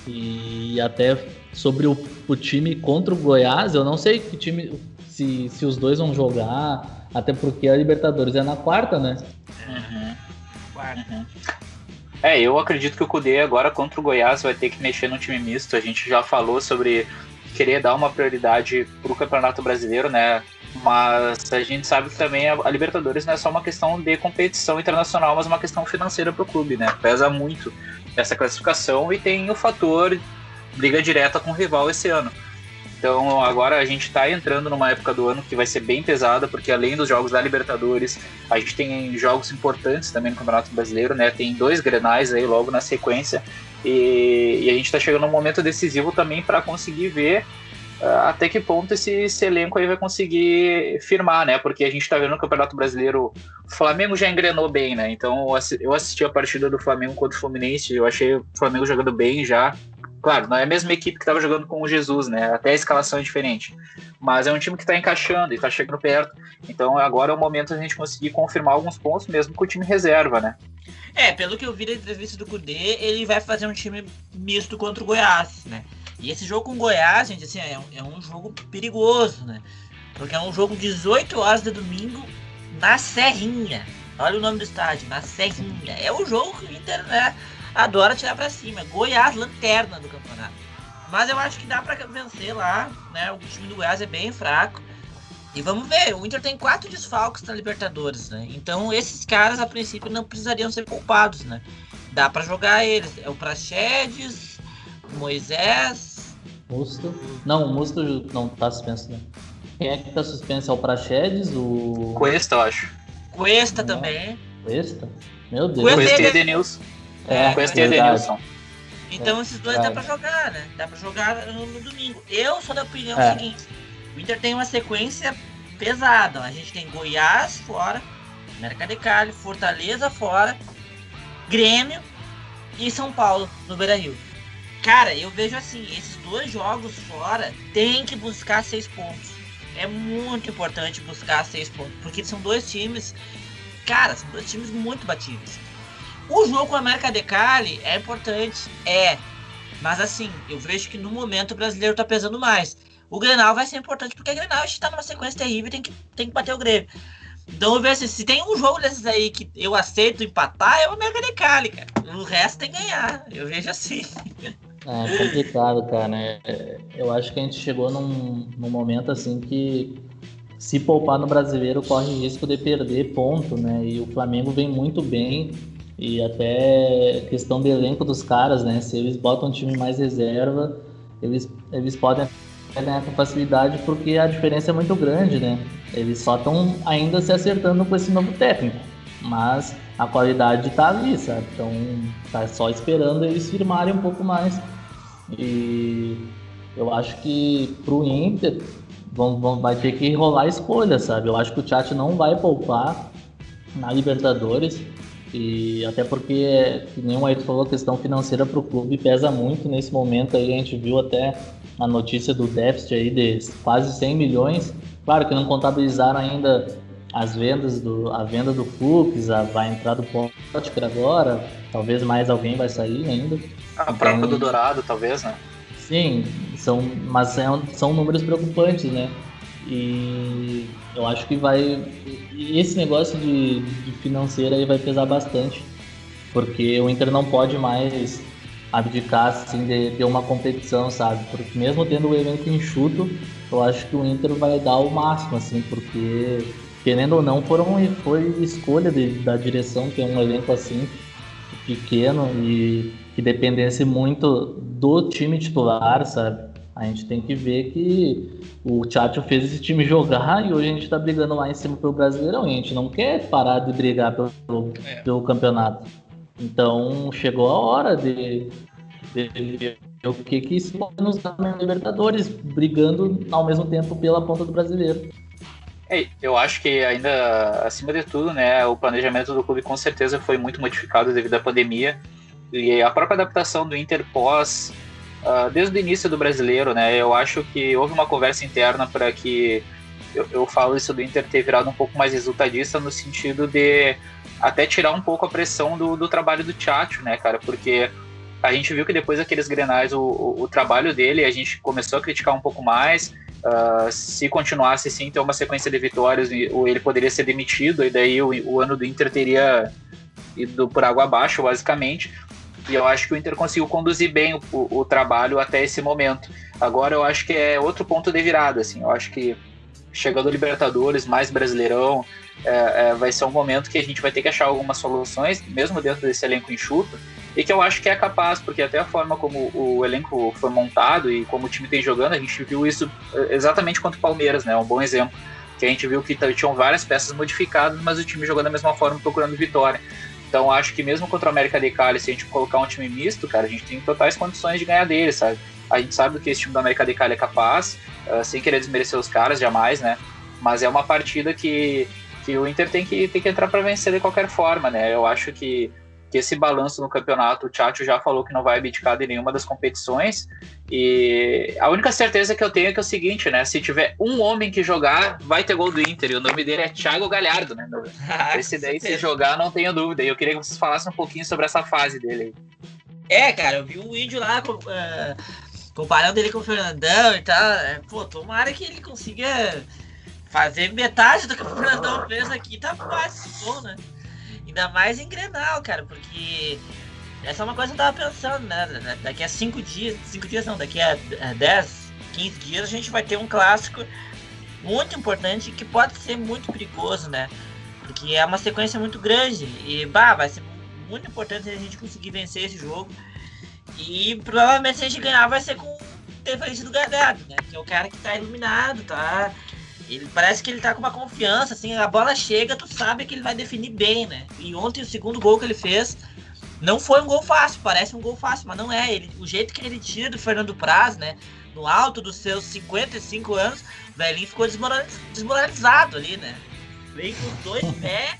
E até sobre o, o time contra o Goiás, eu não sei que time, se, se os dois vão jogar, até porque a Libertadores é na quarta, né?
Uhum. Quarta. É, eu acredito que o Cudê agora contra o Goiás vai ter que mexer no time misto. A gente já falou sobre querer dar uma prioridade pro Campeonato Brasileiro, né? Mas a gente sabe que também a, a Libertadores não é só uma questão de competição internacional, mas uma questão financeira para o clube, né? Pesa muito essa classificação e tem o fator briga direta com o rival esse ano. Então agora a gente está entrando numa época do ano que vai ser bem pesada, porque além dos jogos da Libertadores, a gente tem jogos importantes também no Campeonato Brasileiro, né? Tem dois Grenais aí logo na sequência e, e a gente está chegando num momento decisivo também para conseguir ver até que ponto esse, esse elenco aí vai conseguir firmar, né? Porque a gente tá vendo no Campeonato Brasileiro, o Flamengo já engrenou bem, né? Então eu assisti a partida do Flamengo contra o Fluminense, eu achei o Flamengo jogando bem já. Claro, não é a mesma equipe que tava jogando com o Jesus, né? Até a escalação é diferente. Mas é um time que tá encaixando e tá chegando perto. Então agora é o momento da gente conseguir confirmar alguns pontos mesmo com o time reserva, né?
É, pelo que eu vi da entrevista do Cudê, ele vai fazer um time misto contra o Goiás, né? E esse jogo com o Goiás, gente, assim, é um, é um jogo perigoso, né? Porque é um jogo dezoito horas de domingo na Serrinha. Olha o nome do estádio, na Serrinha. É o jogo que o Inter, né, adora tirar pra cima. Goiás, lanterna do campeonato. Mas eu acho que dá pra vencer lá, né? O time do Goiás é bem fraco. E vamos ver, o Inter tem quatro desfalques na Libertadores, né? Então esses caras, a princípio, não precisariam ser poupados, né? Dá pra jogar eles. É o Praxedes, Moisés...
Musto. Não, o Musto não tá suspenso, né? Quem é que tá suspenso? É o Praxedes? O...
Cuesta, eu acho.
Cuesta não. Também.
Cuesta? Meu Deus.
Cuesta, Cuesta e Edenilson. É, Cuesta e Edenilson.
Então é, esses dois verdade. Dá pra jogar, né? Dá pra jogar no, no domingo. Eu sou da opinião é. seguinte. O Inter tem uma sequência pesada. A gente tem Goiás fora, América de Cali, Fortaleza fora, Grêmio e São Paulo no Beira-Rio. Cara, eu vejo assim, esses dois jogos fora tem que buscar seis pontos. É muito importante buscar seis pontos, porque são dois times, cara, são dois times muito batíveis. O jogo com a América de Cali é importante, é, mas assim, eu vejo que no momento o brasileiro tá pesando mais. O Grenal vai ser importante, porque o Grenal a gente tá numa sequência terrível e tem que, tem que bater o Grêmio. Então eu vejo assim, se tem um jogo desses aí que eu aceito empatar, é o América de Cali, cara. O resto tem que ganhar, eu vejo assim.
É complicado, cara. Eu acho que a gente chegou num, num momento assim que se poupar no brasileiro corre risco de perder ponto, né? E o Flamengo vem muito bem e até questão do elenco dos caras, né? Se eles botam um time mais reserva, eles, eles podem ganhar com facilidade porque a diferença é muito grande, né? Eles só estão ainda se acertando com esse novo técnico, mas a qualidade tá ali, sabe? Então tá só esperando eles firmarem um pouco mais. E eu acho que pro Inter vão, vão, vai ter que rolar escolha, sabe? Eu acho que o Tchatcho não vai poupar na Libertadores. E até porque, que nem o Ayrton falou, a questão financeira pro clube pesa muito nesse momento aí. A gente viu até a notícia do déficit aí de quase cem milhões. Claro que não contabilizaram ainda as vendas, do, a venda do Fux, a, vai entrar do Potker agora, talvez mais alguém vai sair ainda.
A então, própria do Dourado, talvez, né?
Sim, são, mas são, são números preocupantes, né? E eu acho que vai... Esse negócio de, de financeiro aí vai pesar bastante, porque o Inter não pode mais abdicar assim, de, de uma competição, sabe? Porque mesmo tendo o elenco enxuto, eu acho que o Inter vai dar o máximo, assim, porque, querendo ou não, foram, foi escolha de, da direção ter um elenco assim, pequeno e que dependesse muito do time titular, sabe? A gente tem que ver que o Tchatcho fez esse time jogar e hoje a gente tá brigando lá em cima pelo Brasileirão e a gente não quer parar de brigar pelo, é. pelo campeonato. Então chegou a hora de, de ver o que que isso pode nos dar na Libertadores, brigando ao mesmo tempo pela ponta do Brasileiro.
É, eu acho que ainda, acima de tudo, né, o planejamento do clube com certeza foi muito modificado devido à pandemia e a própria adaptação do Inter pós, uh, desde o início do Brasileiro, né, eu acho que houve uma conversa interna para que, eu, eu falo isso do Inter ter virado um pouco mais resultadista no sentido de até tirar um pouco a pressão do, do trabalho do Tchatcho, né, cara, porque a gente viu que depois daqueles Grenais o, o, o trabalho dele, a gente começou a criticar um pouco mais. Uh, se continuasse assim, ter uma sequência de vitórias, ele poderia ser demitido e daí o, o ano do Inter teria ido por água abaixo, basicamente. E eu acho que o Inter conseguiu conduzir bem o, o, o trabalho até esse momento. Agora eu acho que é outro ponto de virada, assim. Eu acho que chegando ao Libertadores, mais Brasileirão, é, é, vai ser um momento que a gente vai ter que achar algumas soluções, mesmo dentro desse elenco enxuto, e que eu acho que é capaz, porque até a forma como o elenco foi montado e como o time tem jogando, a gente viu isso exatamente contra o Palmeiras, né? Um bom exemplo, que a gente viu que tinham várias peças modificadas, mas o time jogou da mesma forma, procurando vitória. Então acho que mesmo contra o América de Cali, se a gente colocar um time misto, cara, a gente tem totais condições de ganhar dele, sabe? A gente sabe que esse time do América de Cali é capaz, uh, sem querer desmerecer os caras, jamais, né? Mas é uma partida que, que o Inter tem que, tem que entrar para vencer de qualquer forma, né? Eu acho que que esse balanço no campeonato, o Tchatcho já falou que não vai abdicar de nenhuma das competições, e a única certeza que eu tenho é que é o seguinte, né, se tiver um homem que jogar, vai ter gol do Inter, e o nome dele é Thiago Galhardo, né, esse daí se jogar, não tenho dúvida, e eu queria que vocês falassem um pouquinho sobre essa fase dele aí.
É, cara, eu vi um vídeo lá uh, comparando ele com o Fernandão e tal, pô, tomara que ele consiga fazer metade do que o Fernandão fez aqui, tá quase bom, né? Ainda mais em Grenal, cara, porque essa é uma coisa que eu tava pensando, né? Daqui a cinco dias, cinco dias não, daqui a dez, quinze dias a gente vai ter um clássico muito importante que pode ser muito perigoso, né? Porque é uma sequência muito grande e, bah, vai ser muito importante a gente conseguir vencer esse jogo. E provavelmente se a gente ganhar vai ser com o interferência do Galhardo, né? Que é o cara que tá iluminado, tá... Ele parece que ele tá com uma confiança, assim, a bola chega, tu sabe que ele vai definir bem, né? E ontem o segundo gol que ele fez não foi um gol fácil, parece um gol fácil, mas não é. Ele, o jeito que ele tira do Fernando Praz, né? No alto dos seus cinquenta e cinco anos, o velhinho ficou desmoraliz, desmoralizado ali, né? Veio com os dois pés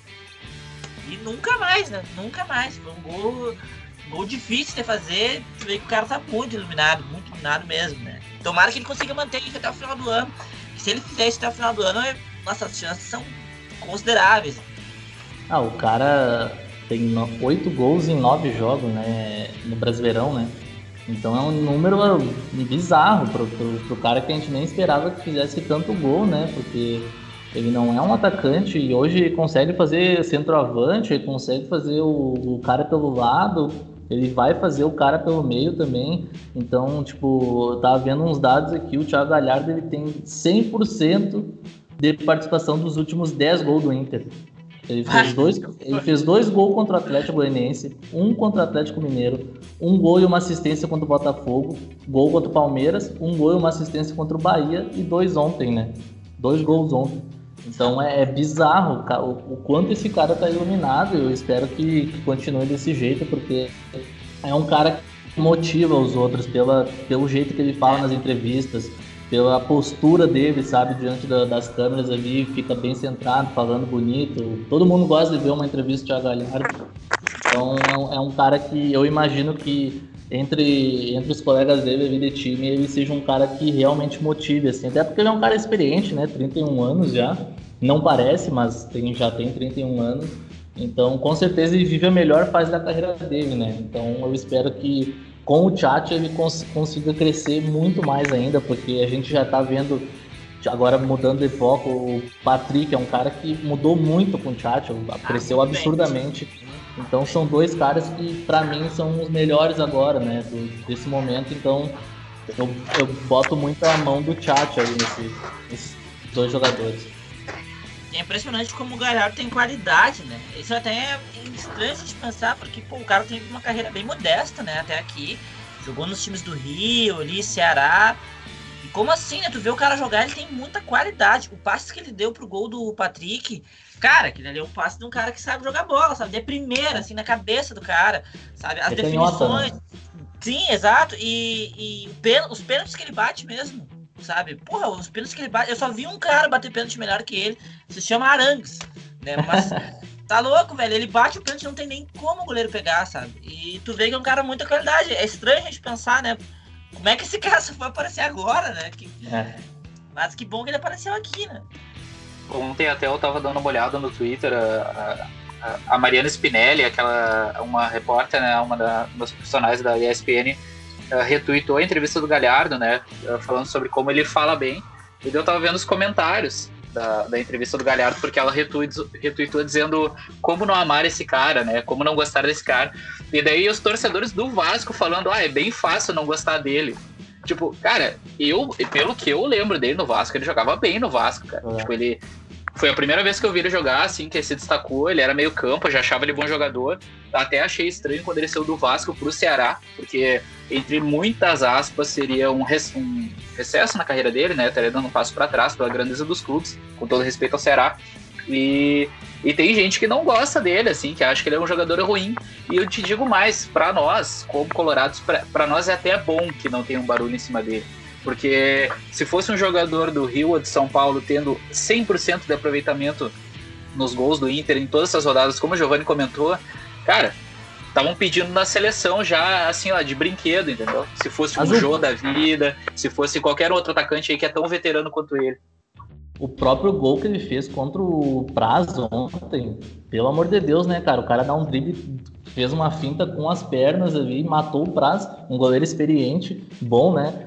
e nunca mais, né? Nunca mais. Foi um gol, um gol difícil de fazer, tu vê que o cara tá muito iluminado, muito iluminado mesmo, né? Tomara que ele consiga manter isso até o final do ano. Se ele fizer isso até o final do ano, nossas chances são consideráveis.
Ah, o cara tem oito gols em nove jogos, né, no Brasileirão, né? Então é um número bizarro pro, pro, pro cara que a gente nem esperava que fizesse tanto gol, né? Porque ele não é um atacante e hoje consegue fazer centroavante, ele consegue fazer o, o cara pelo lado, ele vai fazer o cara pelo meio também. Então, tipo, eu tava vendo uns dados aqui, o Thiago Galhardo ele tem cem por cento de participação dos últimos dez gols do Inter. Ele fez dois, ele fez dois gols contra o Atlético Goianiense, um contra o Atlético Mineiro, um gol e uma assistência contra o Botafogo, gol contra o Palmeiras, um gol e uma assistência contra o Bahia e dois ontem, né? Dois gols ontem. Então é, é bizarro o, o quanto esse cara tá iluminado. Eu espero que, que continue desse jeito, porque é um cara que motiva os outros pela, pelo jeito que ele fala nas entrevistas, pela postura dele, sabe, diante da, das câmeras ali, fica bem centrado, falando bonito. Todo mundo gosta de ver uma entrevista do Thiago Galhardo. Então é um cara que eu imagino que entre, entre os colegas dele ali de time, ele seja um cara que realmente motive, assim, até porque ele é um cara experiente, né, trinta e um anos já, não parece, mas tem, já tem trinta e um anos, então com certeza ele vive a melhor fase da carreira dele, né, então eu espero que com o Tchatcho ele cons- consiga crescer muito mais ainda, porque a gente já tá vendo, agora mudando de foco, o Patrick é um cara que mudou muito com o Tchatcho, cresceu absurdamente. Então são dois caras que pra mim são os melhores agora, né, do, desse momento. Então eu, eu boto muito a mão do Tchatcho aí nesse, nesses dois jogadores.
É impressionante como o Galhardo tem qualidade, né? Isso até é estranho de pensar, porque pô, o cara tem uma carreira bem modesta, né, até aqui. Jogou nos times do Rio, ali, Ceará. E como assim, né? Tu vê o cara jogar, ele tem muita qualidade. O passe que ele deu pro gol do Patrick, cara, que ele deu um passe de um cara que sabe jogar bola, sabe? De primeira, assim, na cabeça do cara, sabe? As
ele
definições. Sim, exato. E, e os pênaltis que ele bate mesmo, sabe? Porra, os pênaltis que ele bate. Eu só vi um cara bater pênalti melhor que ele. Se chama Arangues, né? Mas tá louco, velho. Ele bate o pênalti, não tem nem como o goleiro pegar, sabe? E tu vê que é um cara de muita qualidade. É estranho a gente pensar, né? Como é que esse cara só foi aparecer agora, né? Que... É. Mas que bom que ele apareceu aqui, né?
Ontem até eu tava dando uma olhada no Twitter, a, a, a Mariana Spinelli, aquela, uma repórter, né, uma da, das profissionais da E S P N, uh, retweetou a entrevista do Galhardo, né, uh, falando sobre como ele fala bem, e eu tava vendo os comentários da, da entrevista do Galhardo, porque ela retweetou, retweetou dizendo como não amar esse cara, né, como não gostar desse cara, e daí os torcedores do Vasco falando, ah, é bem fácil não gostar dele. Tipo, cara, eu, pelo que eu lembro dele no Vasco, ele jogava bem no Vasco, cara. É. Tipo, ele... Foi a primeira vez que eu vi ele jogar, assim, que ele se destacou. Ele era meio campo, eu já achava ele bom jogador. Até achei estranho quando ele saiu do Vasco pro Ceará, porque, entre muitas aspas, seria um, res... um recesso na carreira dele, né? Estaria dando um passo pra trás pela grandeza dos clubes, com todo respeito ao Ceará. E... E tem gente que não gosta dele, assim, que acha que ele é um jogador ruim. E eu te digo mais, pra nós, como colorados, pra, pra nós é até bom que não tenha um barulho em cima dele. Porque se fosse um jogador do Rio ou de São Paulo tendo cem por cento de aproveitamento nos gols do Inter em todas essas rodadas, como o Giovanni comentou, cara, estavam pedindo na seleção já, assim, ó, de brinquedo, entendeu? Se fosse um Jô da vida, se fosse qualquer outro atacante aí que é tão veterano quanto ele.
O próprio gol que ele fez contra o Praz ontem, pelo amor de Deus, né, cara? O cara dá um drible, fez uma finta com as pernas ali, matou o Praz, um goleiro experiente, bom, né?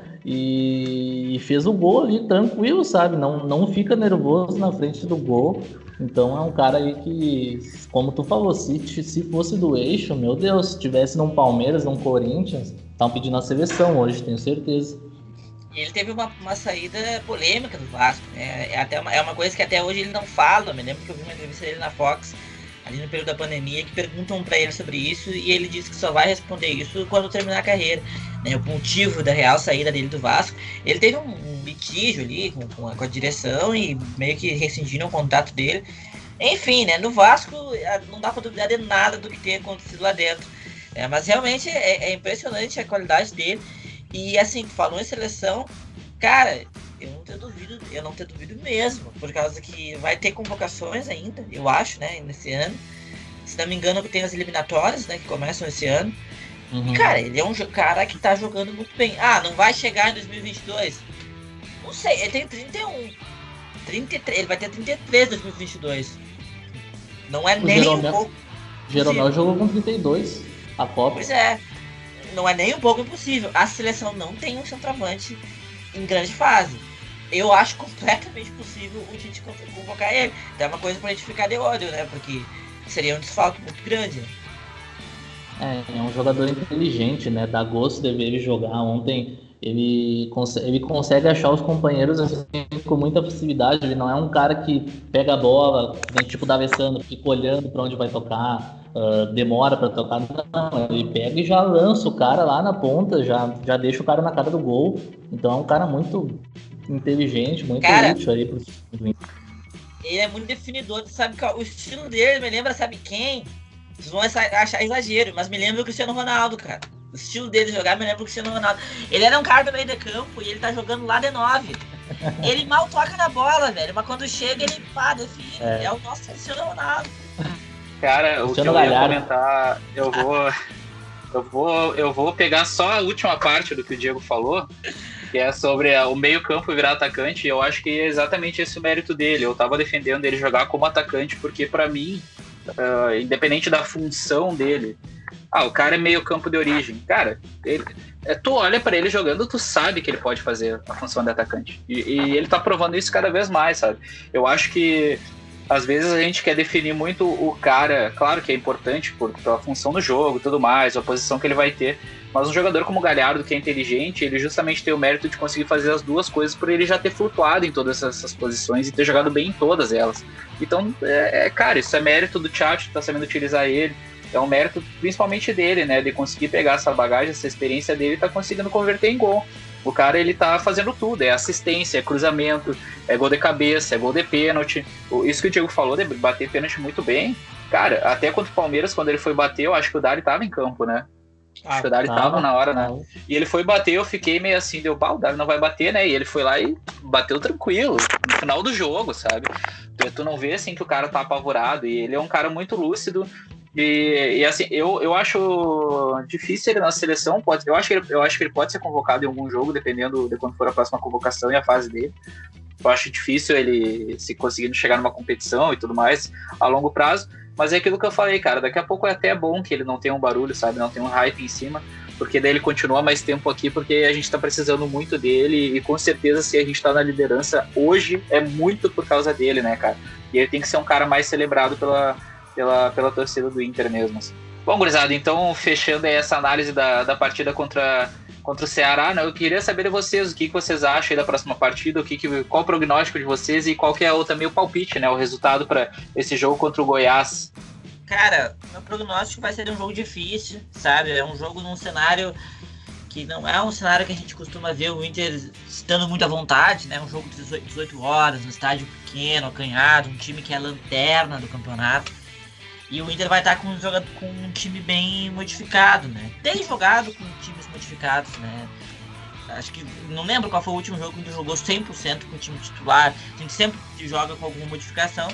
E fez o gol ali tranquilo, sabe? Não, não fica nervoso na frente do gol. Então é um cara aí que, como tu falou, se, se fosse do eixo, meu Deus, se tivesse num Palmeiras, num Corinthians, estavam pedindo a seleção hoje, tenho certeza.
E ele teve uma, uma saída polêmica do Vasco, né? É, até uma, é uma coisa que até hoje ele não fala. Eu me lembro que eu vi uma entrevista dele na Fox, ali no período da pandemia, que perguntam pra ele sobre isso, e ele disse que só vai responder isso quando terminar a carreira, né? O motivo da real saída dele do Vasco. Ele teve um, um litígio ali com, com, a, com a direção e meio que rescindiram o contrato dele. Enfim, né? No Vasco não dá pra duvidar de nada do que tem acontecido lá dentro, né? Mas realmente é, é impressionante a qualidade dele. E assim, falou em seleção, cara, eu não te duvido, eu não te duvido mesmo, por causa que vai ter convocações ainda, eu acho, né, nesse ano. Se não me engano, tem as eliminatórias, né, que começam esse ano. Uhum. E, cara, ele é um cara que tá jogando muito bem. Ah, não vai chegar em dois mil e vinte e dois? Não sei, ele tem trinta e um. trinta e três, ele vai ter trinta e três em dois mil e vinte e dois. Não é o nem Jeromel, um pouco.
Jeromel jogou com trinta e dois, a Copa.
Pois é. Não é nem um pouco impossível. A seleção não tem um centroavante em grande fase. Eu acho completamente possível o Tite convocar ele. Então é uma coisa pra gente ficar de olho, né? Porque seria um desfalque muito grande.
É, é um jogador inteligente, né? Dá gosto de ver ele jogar. Ontem ele, cons- ele consegue achar os companheiros assim, com muita facilidade. Ele não é um cara que pega a bola, né, tipo o D'Alessandro, fica olhando pra onde vai tocar. Uh, demora para tocar, não, ele pega e já lança o cara lá na ponta, já, já deixa o cara na cara do gol. Então é um cara muito inteligente, muito cara, útil aí pro time.
Ele é muito definidor, sabe? O estilo dele me lembra, sabe quem? Vocês vão achar exagero, mas me lembra o Cristiano Ronaldo, cara. O estilo dele de jogar me lembra o Cristiano Ronaldo. Ele era um cara do meio de campo e ele tá jogando lá de nove. Ele mal toca na bola, velho, mas quando chega ele pá, define. É, é o nosso Cristiano Ronaldo.
Cara, o que eu ia comentar, eu vou, eu vou, eu vou pegar só a última parte do que o Diego falou, que é sobre o meio campo virar atacante, e eu acho que é exatamente esse o mérito dele. Eu tava defendendo ele jogar como atacante, porque pra mim, uh, independente da função dele, ah, o cara é meio campo de origem, cara, ele, tu olha pra ele jogando, tu sabe que ele pode fazer a função de atacante, e, e ele tá provando isso cada vez mais, sabe? Eu acho que às vezes a gente quer definir muito o cara, claro que é importante por, pela função do jogo e tudo mais, a posição que ele vai ter, mas um jogador como o Galhardo, que é inteligente, ele justamente tem o mérito de conseguir fazer as duas coisas por ele já ter flutuado em todas essas, essas posições e ter jogado bem em todas elas. Então, é, é, cara, isso é mérito do Tchatcho, tá sabendo utilizar ele, é um mérito principalmente dele, né, de conseguir pegar essa bagagem, essa experiência dele e tá conseguindo converter em gol. O cara, ele tá fazendo tudo, é assistência, é cruzamento, é gol de cabeça, é gol de pênalti. Isso que o Diego falou, de bater pênalti muito bem. Cara, até contra o Palmeiras, quando ele foi bater, eu acho que o Dari tava em campo, né? Acho ah, que o Dari tava, tava na hora, né? E ele foi bater, eu fiquei meio assim, deu, pau, o Dari não vai bater, né? E ele foi lá e bateu tranquilo, no final do jogo, sabe? Tu, tu não vê, assim, que o cara tá apavorado, e ele é um cara muito lúcido. E, e assim, eu, eu acho difícil ele na seleção, pode, eu, acho que ele, eu acho que ele pode ser convocado em algum jogo, dependendo de quando for a próxima convocação e a fase dele. Eu acho difícil ele se conseguindo chegar numa competição e tudo mais a longo prazo, mas é aquilo que eu falei, cara, daqui a pouco é até bom que ele não tenha um barulho, sabe, não tenha um hype em cima, porque daí ele continua mais tempo aqui, porque a gente tá precisando muito dele, e com certeza se a gente tá na liderança hoje, é muito por causa dele, né, cara, e ele tem que ser um cara mais celebrado pela Pela, pela torcida do Inter mesmo. Assim. Bom, gurizada, então fechando aí essa análise da, da partida contra, contra o Ceará, né, eu queria saber de vocês, o que, que vocês acham aí da próxima partida, o que que, qual o prognóstico de vocês e qual que é o, também o palpite, né, o resultado para esse jogo contra o Goiás.
Cara, meu prognóstico vai ser um jogo difícil, sabe, é um jogo num cenário que não é um cenário que a gente costuma ver o Inter estando muito à vontade, né, um jogo de dezoito horas, um estádio pequeno, acanhado, um time que é a lanterna do campeonato. E o Inter vai estar com um, jogador, com um time bem modificado, né? Tem jogado com times modificados, né? Acho que não lembro qual foi o último jogo que o Inter jogou cem por cento com o time titular. A gente sempre joga com alguma modificação.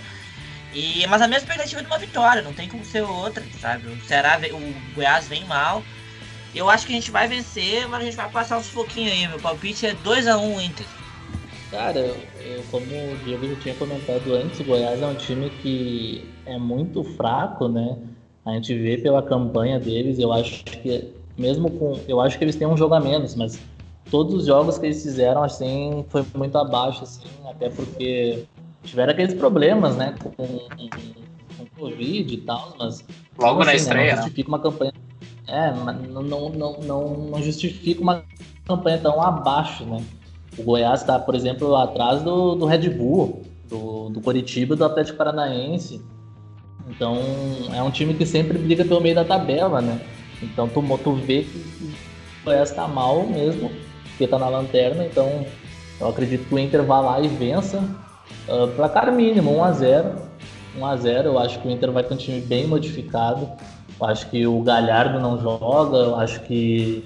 E, mas a minha expectativa é de uma vitória, não tem como ser outra, sabe? O Ceará, o Goiás vem mal. Eu acho que a gente vai vencer, mas a gente vai passar uns pouquinho aí. Meu palpite é dois a um Inter.
Cara, eu, como o Diego já tinha comentado antes, o Goiás é um time que é muito fraco, né? A gente vê pela campanha deles, eu acho que mesmo com, eu acho que eles têm um jogo a menos, mas todos os jogos que eles fizeram assim foi muito abaixo, assim, até porque tiveram aqueles problemas, né, com, com, com Covid e tal, mas
logo assim, na estreia,
né, não justifica uma campanha, é, não, não, não, não, não justifica uma campanha tão abaixo, né? O Goiás está, por exemplo, atrás do, do Red Bull, do, do Coritiba e do Atlético Paranaense. Então, é um time que sempre briga pelo meio da tabela, né? Então, tu, tu vê que o Goiás está mal mesmo, porque está na lanterna. Então, eu acredito que o Inter vá lá e vença. Uh, placar mínimo, um a zero. um a zero, eu acho que o Inter vai ter um time bem modificado. Eu acho que o Galhardo não joga, eu acho que...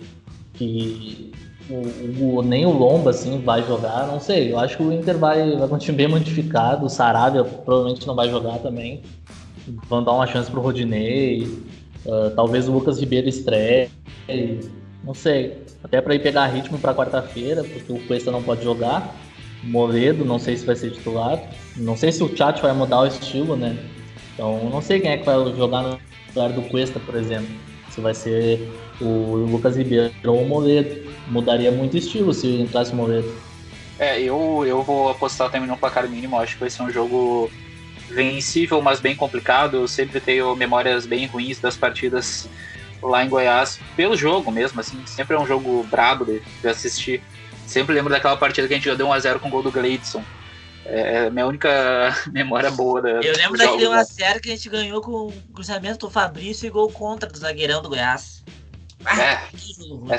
que O, o, nem o Lomba assim, vai jogar, não sei. Eu acho que o Inter vai, vai com um time bem modificado. O Sarabia provavelmente não vai jogar também. Vão dar uma chance pro Rodinei. Uh, talvez o Lucas Ribeiro estreie. Não sei. Até para ir pegar ritmo para quarta-feira, porque o Cuesta não pode jogar. O Moledo, não sei se vai ser titular. Não sei se o Tchatcho vai mudar o estilo, né? Então, não sei quem é que vai jogar no lugar do Cuesta, por exemplo. Se vai ser o Lucas Ribeiro ou o Moledo. Mudaria muito o estilo se entrasse o Moledo.
É, eu, eu vou apostar também no placar mínimo. Acho que vai ser um jogo vencível, mas bem complicado. Eu sempre tenho memórias bem ruins das partidas lá em Goiás, pelo jogo mesmo, assim. Sempre é um jogo brabo de, de assistir. Sempre lembro daquela partida que a gente já deu um a zero com o gol do Gleidson. É a minha única memória boa da,
Eu lembro daquele um a zero que a gente ganhou com o cruzamento do Fabrício e gol contra do zagueirão do Goiás.
Ah, é, é,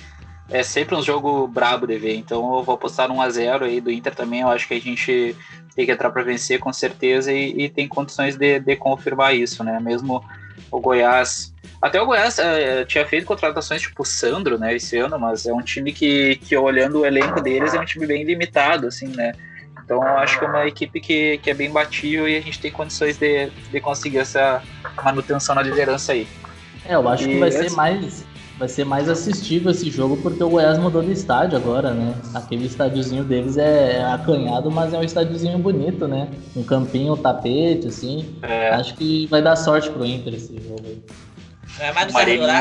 é sempre um jogo brabo de ver, então eu vou apostar no um a zero aí do Inter também. Eu acho que a gente tem que entrar para vencer com certeza e, e tem condições de, de confirmar isso, né? Mesmo o Goiás, até o Goiás é, tinha feito contratações tipo o Sandro, né, esse ano, mas é um time que, que olhando o elenco deles é um time bem limitado, assim, né? Então eu acho que é uma equipe que, que é bem batível e a gente tem condições de, de conseguir essa manutenção na liderança aí.
É, eu acho e que vai esse... ser mais vai ser mais assistível esse jogo porque o Goiás mudou de estádio agora, né? Aquele estádiozinho deles é acanhado, mas é um estádiozinho bonito, né? Um campinho, um tapete, assim. É. Acho que vai dar sorte pro Inter esse jogo aí.
É mais uma areninha.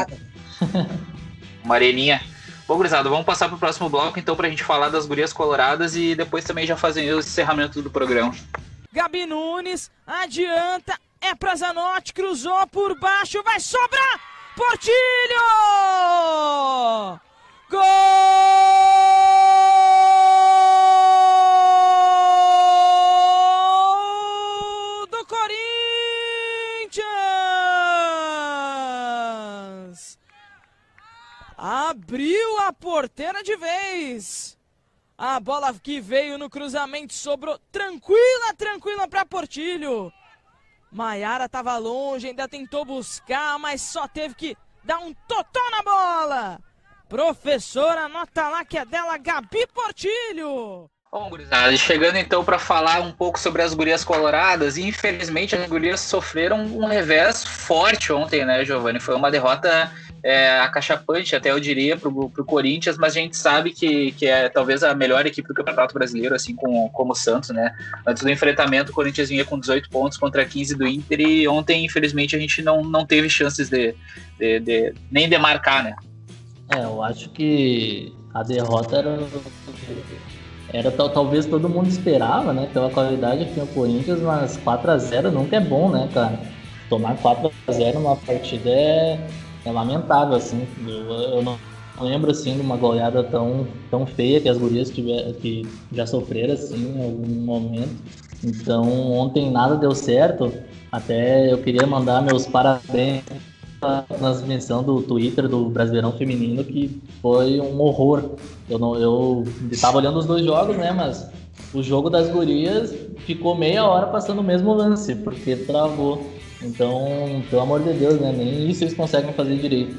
Uma areninha. Bom, gurizada, vamos passar pro próximo bloco, então, pra gente falar das gurias coloradas e depois também já fazer o encerramento do programa.
Gabi Nunes, adianta, é pra Zanotti, cruzou por baixo, vai sobrar! Portilho! Gol do Corinthians! Abriu a porteira de vez. A bola que veio no cruzamento sobrou tranquila, tranquila para Portilho. Maiara estava longe, ainda tentou buscar, mas só teve que dar um totó na bola. Professora, anota lá que é dela, Gabi Portilho.
Bom, gurizada, chegando então para falar um pouco sobre as gurias coloradas, e infelizmente as gurias sofreram um revés forte ontem, né, Giovanni? Foi uma derrota é, acachapante, até eu diria, pro, pro Corinthians, mas a gente sabe que, que é talvez a melhor equipe do Campeonato Brasileiro, assim como, como o Santos, né? Antes do enfrentamento, o Corinthians vinha com dezoito pontos contra quinze do Inter, e ontem, infelizmente, a gente não, não teve chances de, de, de nem de marcar, né?
É, eu acho que a derrota era... Era tal, talvez todo mundo esperava, né? Pela qualidade que tem o Corinthians, mas quatro a zero nunca é bom, né, cara? Tomar quatro a zero numa partida é, é lamentável, assim. Eu, eu não lembro, assim, de uma goleada tão, tão feia que as gurias tiver, que já sofreram, assim, em algum momento. Então, ontem nada deu certo. Até eu queria mandar meus parabéns na transmissão do Twitter do Brasileirão Feminino, que foi um horror. Eu não, eu estava olhando os dois jogos, né, mas o jogo das gurias ficou meia hora passando o mesmo lance, porque travou. Então, pelo amor de Deus, né, nem isso eles conseguem fazer direito.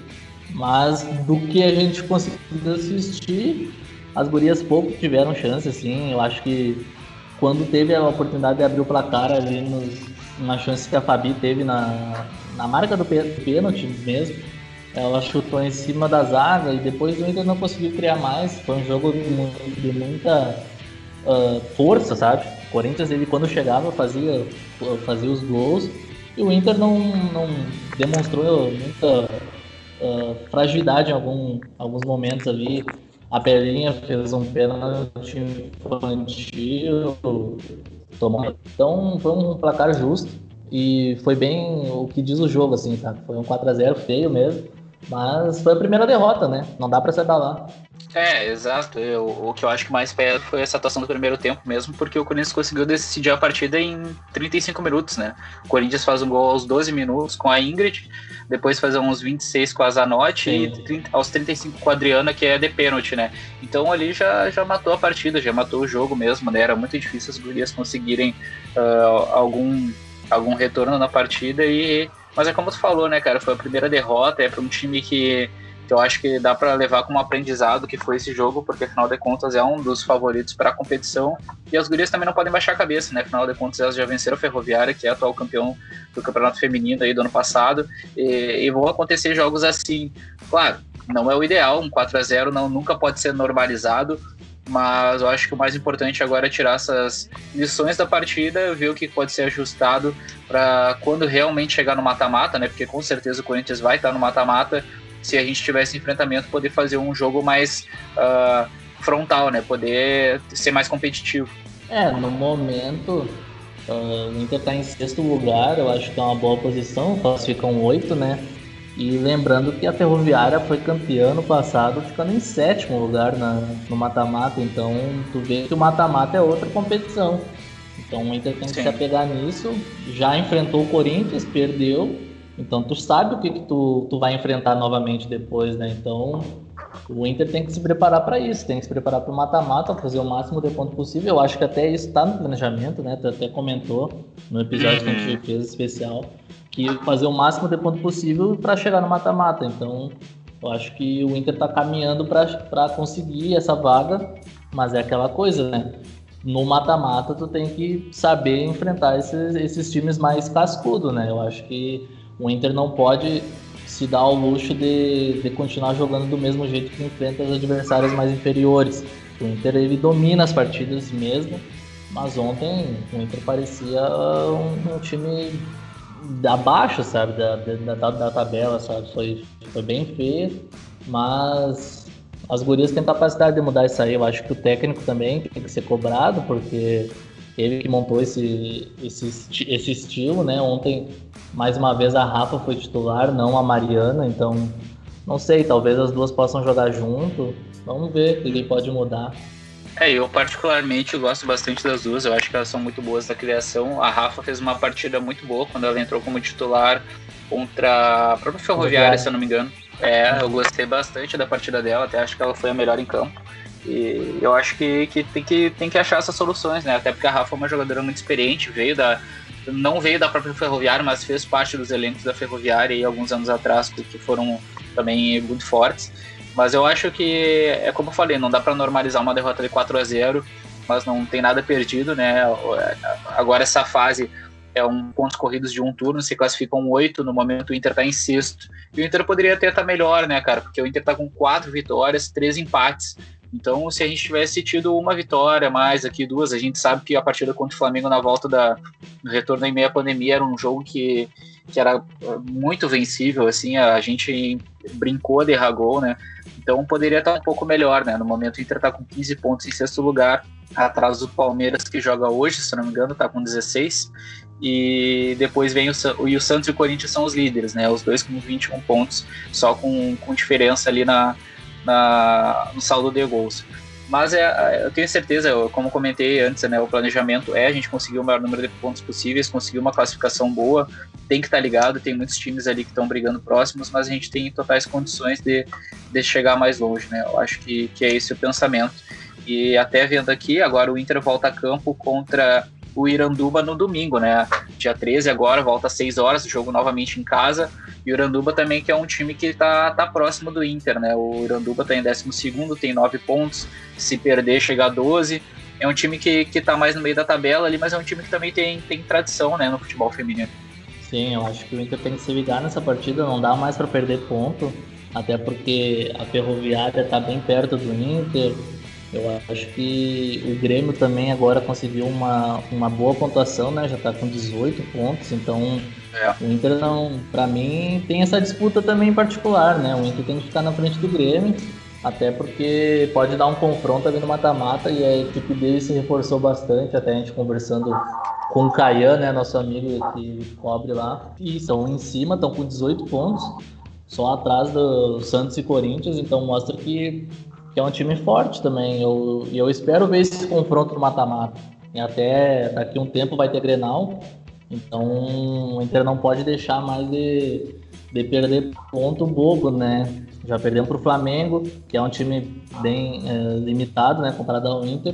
Mas do que a gente conseguiu assistir, as gurias pouco tiveram chance, assim. Eu acho que quando teve a oportunidade de abrir o placar ali, nos, uma chance que a Fabi teve na, na marca do pênalti mesmo, ela chutou em cima da zaga e depois o Inter não conseguiu criar mais. Foi um jogo de, de muita uh, força, sabe? O Corinthians, ele quando chegava fazia, fazia os gols, e o Inter não, não demonstrou muita uh, fragilidade em algum, alguns momentos ali. A Pelinha fez um pênalti infantil, tomou. Então foi um placar justo e foi bem o que diz o jogo, assim, sabe? Foi um quatro a zero feio mesmo, mas foi a primeira derrota, né? Não dá pra se abalar.
É, exato. Eu, o que eu acho que mais pesa foi essa atuação do primeiro tempo mesmo, porque o Corinthians conseguiu decidir a partida em trinta e cinco minutos, né? O Corinthians faz um gol aos doze minutos com a Ingrid, depois faz uns vinte e seis com a Zanotti e trinta, aos trinta e cinco com a Adriana, que é de pênalti, né? Então ali já, já matou a partida, já matou o jogo mesmo, né? Era muito difícil as gurias conseguirem uh, algum, algum retorno na partida, e... mas é como tu falou, né, cara? Foi a primeira derrota, é para um time que... que eu acho que dá para levar como aprendizado que foi esse jogo, porque afinal de contas é um dos favoritos para a competição, e as gurias também não podem baixar a cabeça, né? Afinal de contas elas já venceram a Ferroviária, que é atual campeão do Campeonato Feminino aí do ano passado, e, e vão acontecer jogos assim. Claro, não é o ideal, um quatro a zero não, nunca pode ser normalizado, mas eu acho que o mais importante agora é tirar essas lições da partida, ver o que pode ser ajustado para quando realmente chegar no mata-mata, né? Porque com certeza o Corinthians vai estar no mata-mata. Se a gente tivesse enfrentamento, poder fazer um jogo mais uh, frontal, né? Poder ser mais competitivo.
É, no momento, uh, o Inter está em sexto lugar, eu acho que é uma boa posição, classificam oito, né? E lembrando que a Ferroviária foi campeã no passado, ficando em sétimo lugar na, no mata-mata, então tu vê que o mata-mata é outra competição. Então o Inter tem que Sim. se apegar nisso, já enfrentou o Corinthians, perdeu. Então tu sabe o que, que tu, tu vai enfrentar novamente depois, né? Então o Inter tem que se preparar para isso, tem que se preparar para o mata-mata, fazer o máximo de ponto possível. Eu acho que até isso está no planejamento, né? Tu até comentou no episódio que a gente fez especial, que fazer o máximo de ponto possível para chegar no mata-mata. Então eu acho que o Inter está caminhando para conseguir essa vaga, mas é aquela coisa, né? No mata-mata tu tem que saber enfrentar esses, esses times mais cascudos, né? Eu acho que o Inter não pode se dar ao luxo de, de continuar jogando do mesmo jeito que enfrenta os adversários mais inferiores. O Inter, ele domina as partidas mesmo, mas ontem o Inter parecia um, um time abaixo, sabe, da, da, da tabela, sabe? Foi, foi bem feio, mas as gurias têm capacidade de mudar isso aí. Eu acho que o técnico também tem que ser cobrado, porque ele que montou esse, esse, esse estilo, né? Ontem, mais uma vez, a Rafa foi titular, não a Mariana, então não sei, talvez as duas possam jogar junto. Vamos ver o que pode mudar.
É, eu particularmente gosto bastante das duas, eu acho que elas são muito boas da criação. A Rafa fez uma partida muito boa quando ela entrou como titular contra a própria Ferroviária, se eu não me engano. É, eu gostei bastante da partida dela, até acho que ela foi a melhor em campo. E eu acho que, que, tem, que tem que achar essas soluções, né? Até porque a Rafa é uma jogadora muito experiente, veio da, não veio da própria Ferroviária, mas fez parte dos elencos da Ferroviária aí, alguns anos atrás, que foram também muito fortes. Mas eu acho que, é como eu falei, não dá para normalizar uma derrota de quatro a zero, mas não tem nada perdido, né? Agora essa fase é um pontos corridos de um turno, se classificam oito, no momento o Inter tá em sexto. E o Inter poderia até estar melhor, né, cara? Porque o Inter tá com quatro vitórias, três empates. Então, se a gente tivesse tido uma vitória mais aqui, duas, a gente sabe que a partida contra o Flamengo na volta da, do retorno em meio à pandemia era um jogo que, que era muito vencível, assim, a gente brincou de errar gol, né? Então poderia estar um pouco melhor, né? No momento o Inter tá com quinze pontos em sexto lugar, atrás do Palmeiras, que joga hoje, se não me engano, tá com dezesseis, e depois vem o, e o Santos e o Corinthians são os líderes, né? Os dois com vinte e um pontos, só com, com diferença ali na, na, no saldo de gols. Mas é, eu tenho certeza, eu, como comentei antes, né, o planejamento é a gente conseguir o maior número de pontos possíveis, conseguir uma classificação boa, tem que estar ligado, tem muitos times ali que estão brigando próximos, mas a gente tem totais condições de, de chegar mais longe, né? Eu acho que, que é esse o pensamento. E até vendo aqui, agora o Inter volta a campo contra o Iranduba no domingo, né? Dia treze agora, volta às seis horas, jogo novamente em casa. E o Iranduba também, que é um time que tá, tá próximo do Inter, né? O Iranduba tá em décimo segundo, tem nove pontos, se perder chega a doze. É um time que, que tá mais no meio da tabela ali, mas é um time que também tem, tem tradição, né, no futebol feminino.
Sim, eu acho que o Inter tem que se ligar nessa partida, não dá mais para perder ponto, até porque a Ferroviária tá bem perto do Inter. Eu acho que o Grêmio também agora conseguiu uma, uma boa pontuação, né? Já tá com dezoito pontos, então é. O Inter não, para mim, tem essa disputa também em particular, né? O Inter tem que ficar na frente do Grêmio, até porque pode dar um confronto ali no mata-mata e a equipe dele se reforçou bastante, até a gente conversando com o Caian, né? Nosso amigo que cobre lá, e estão em cima, estão com dezoito pontos, só atrás do Santos e Corinthians, então mostra que que é um time forte também. Eu, eu espero ver esse confronto no mata-mata. E até daqui a um tempo vai ter Grenal, então o Inter não pode deixar mais de, de perder ponto bobo, né? Já perdemos para o Flamengo, que é um time bem é, limitado, né, comparado ao Inter,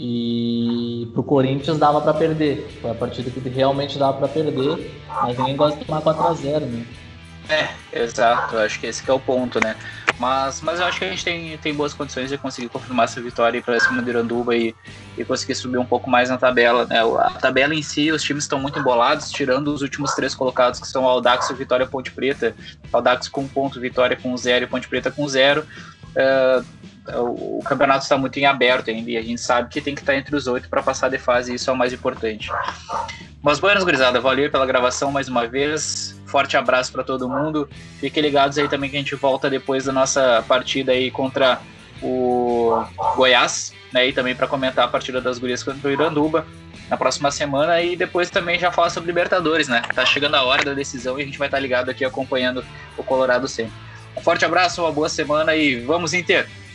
e para o Corinthians dava para perder. Foi a partida que realmente dava para perder, mas ninguém gosta de tomar quatro a zero, né?
É, exato, acho que esse que é o ponto, né? Mas, mas eu acho que a gente tem, tem boas condições de conseguir confirmar essa vitória para cima do Iranduba e, e conseguir subir um pouco mais na tabela, né? A tabela em si, os times estão muito embolados, tirando os últimos três colocados, que são o Audax, Vitória e Ponte Preta. Audax com um ponto, Vitória com zero e Ponte Preta com zero. Uh, o, o campeonato está muito em aberto ainda e a gente sabe que tem que estar entre os oito para passar de fase, e isso é o mais importante. Mas, buenas, gurizada, valeu pela gravação mais uma vez. Forte abraço para todo mundo. Fiquem ligados aí também que a gente volta depois da nossa partida aí contra o Goiás, né? E também para comentar a partida das gurias contra o Iranduba na próxima semana. E depois também já falar sobre Libertadores, né? Tá chegando a hora da decisão e a gente vai estar ligado aqui acompanhando o Colorado sempre. Um forte abraço, uma boa semana e vamos Inter!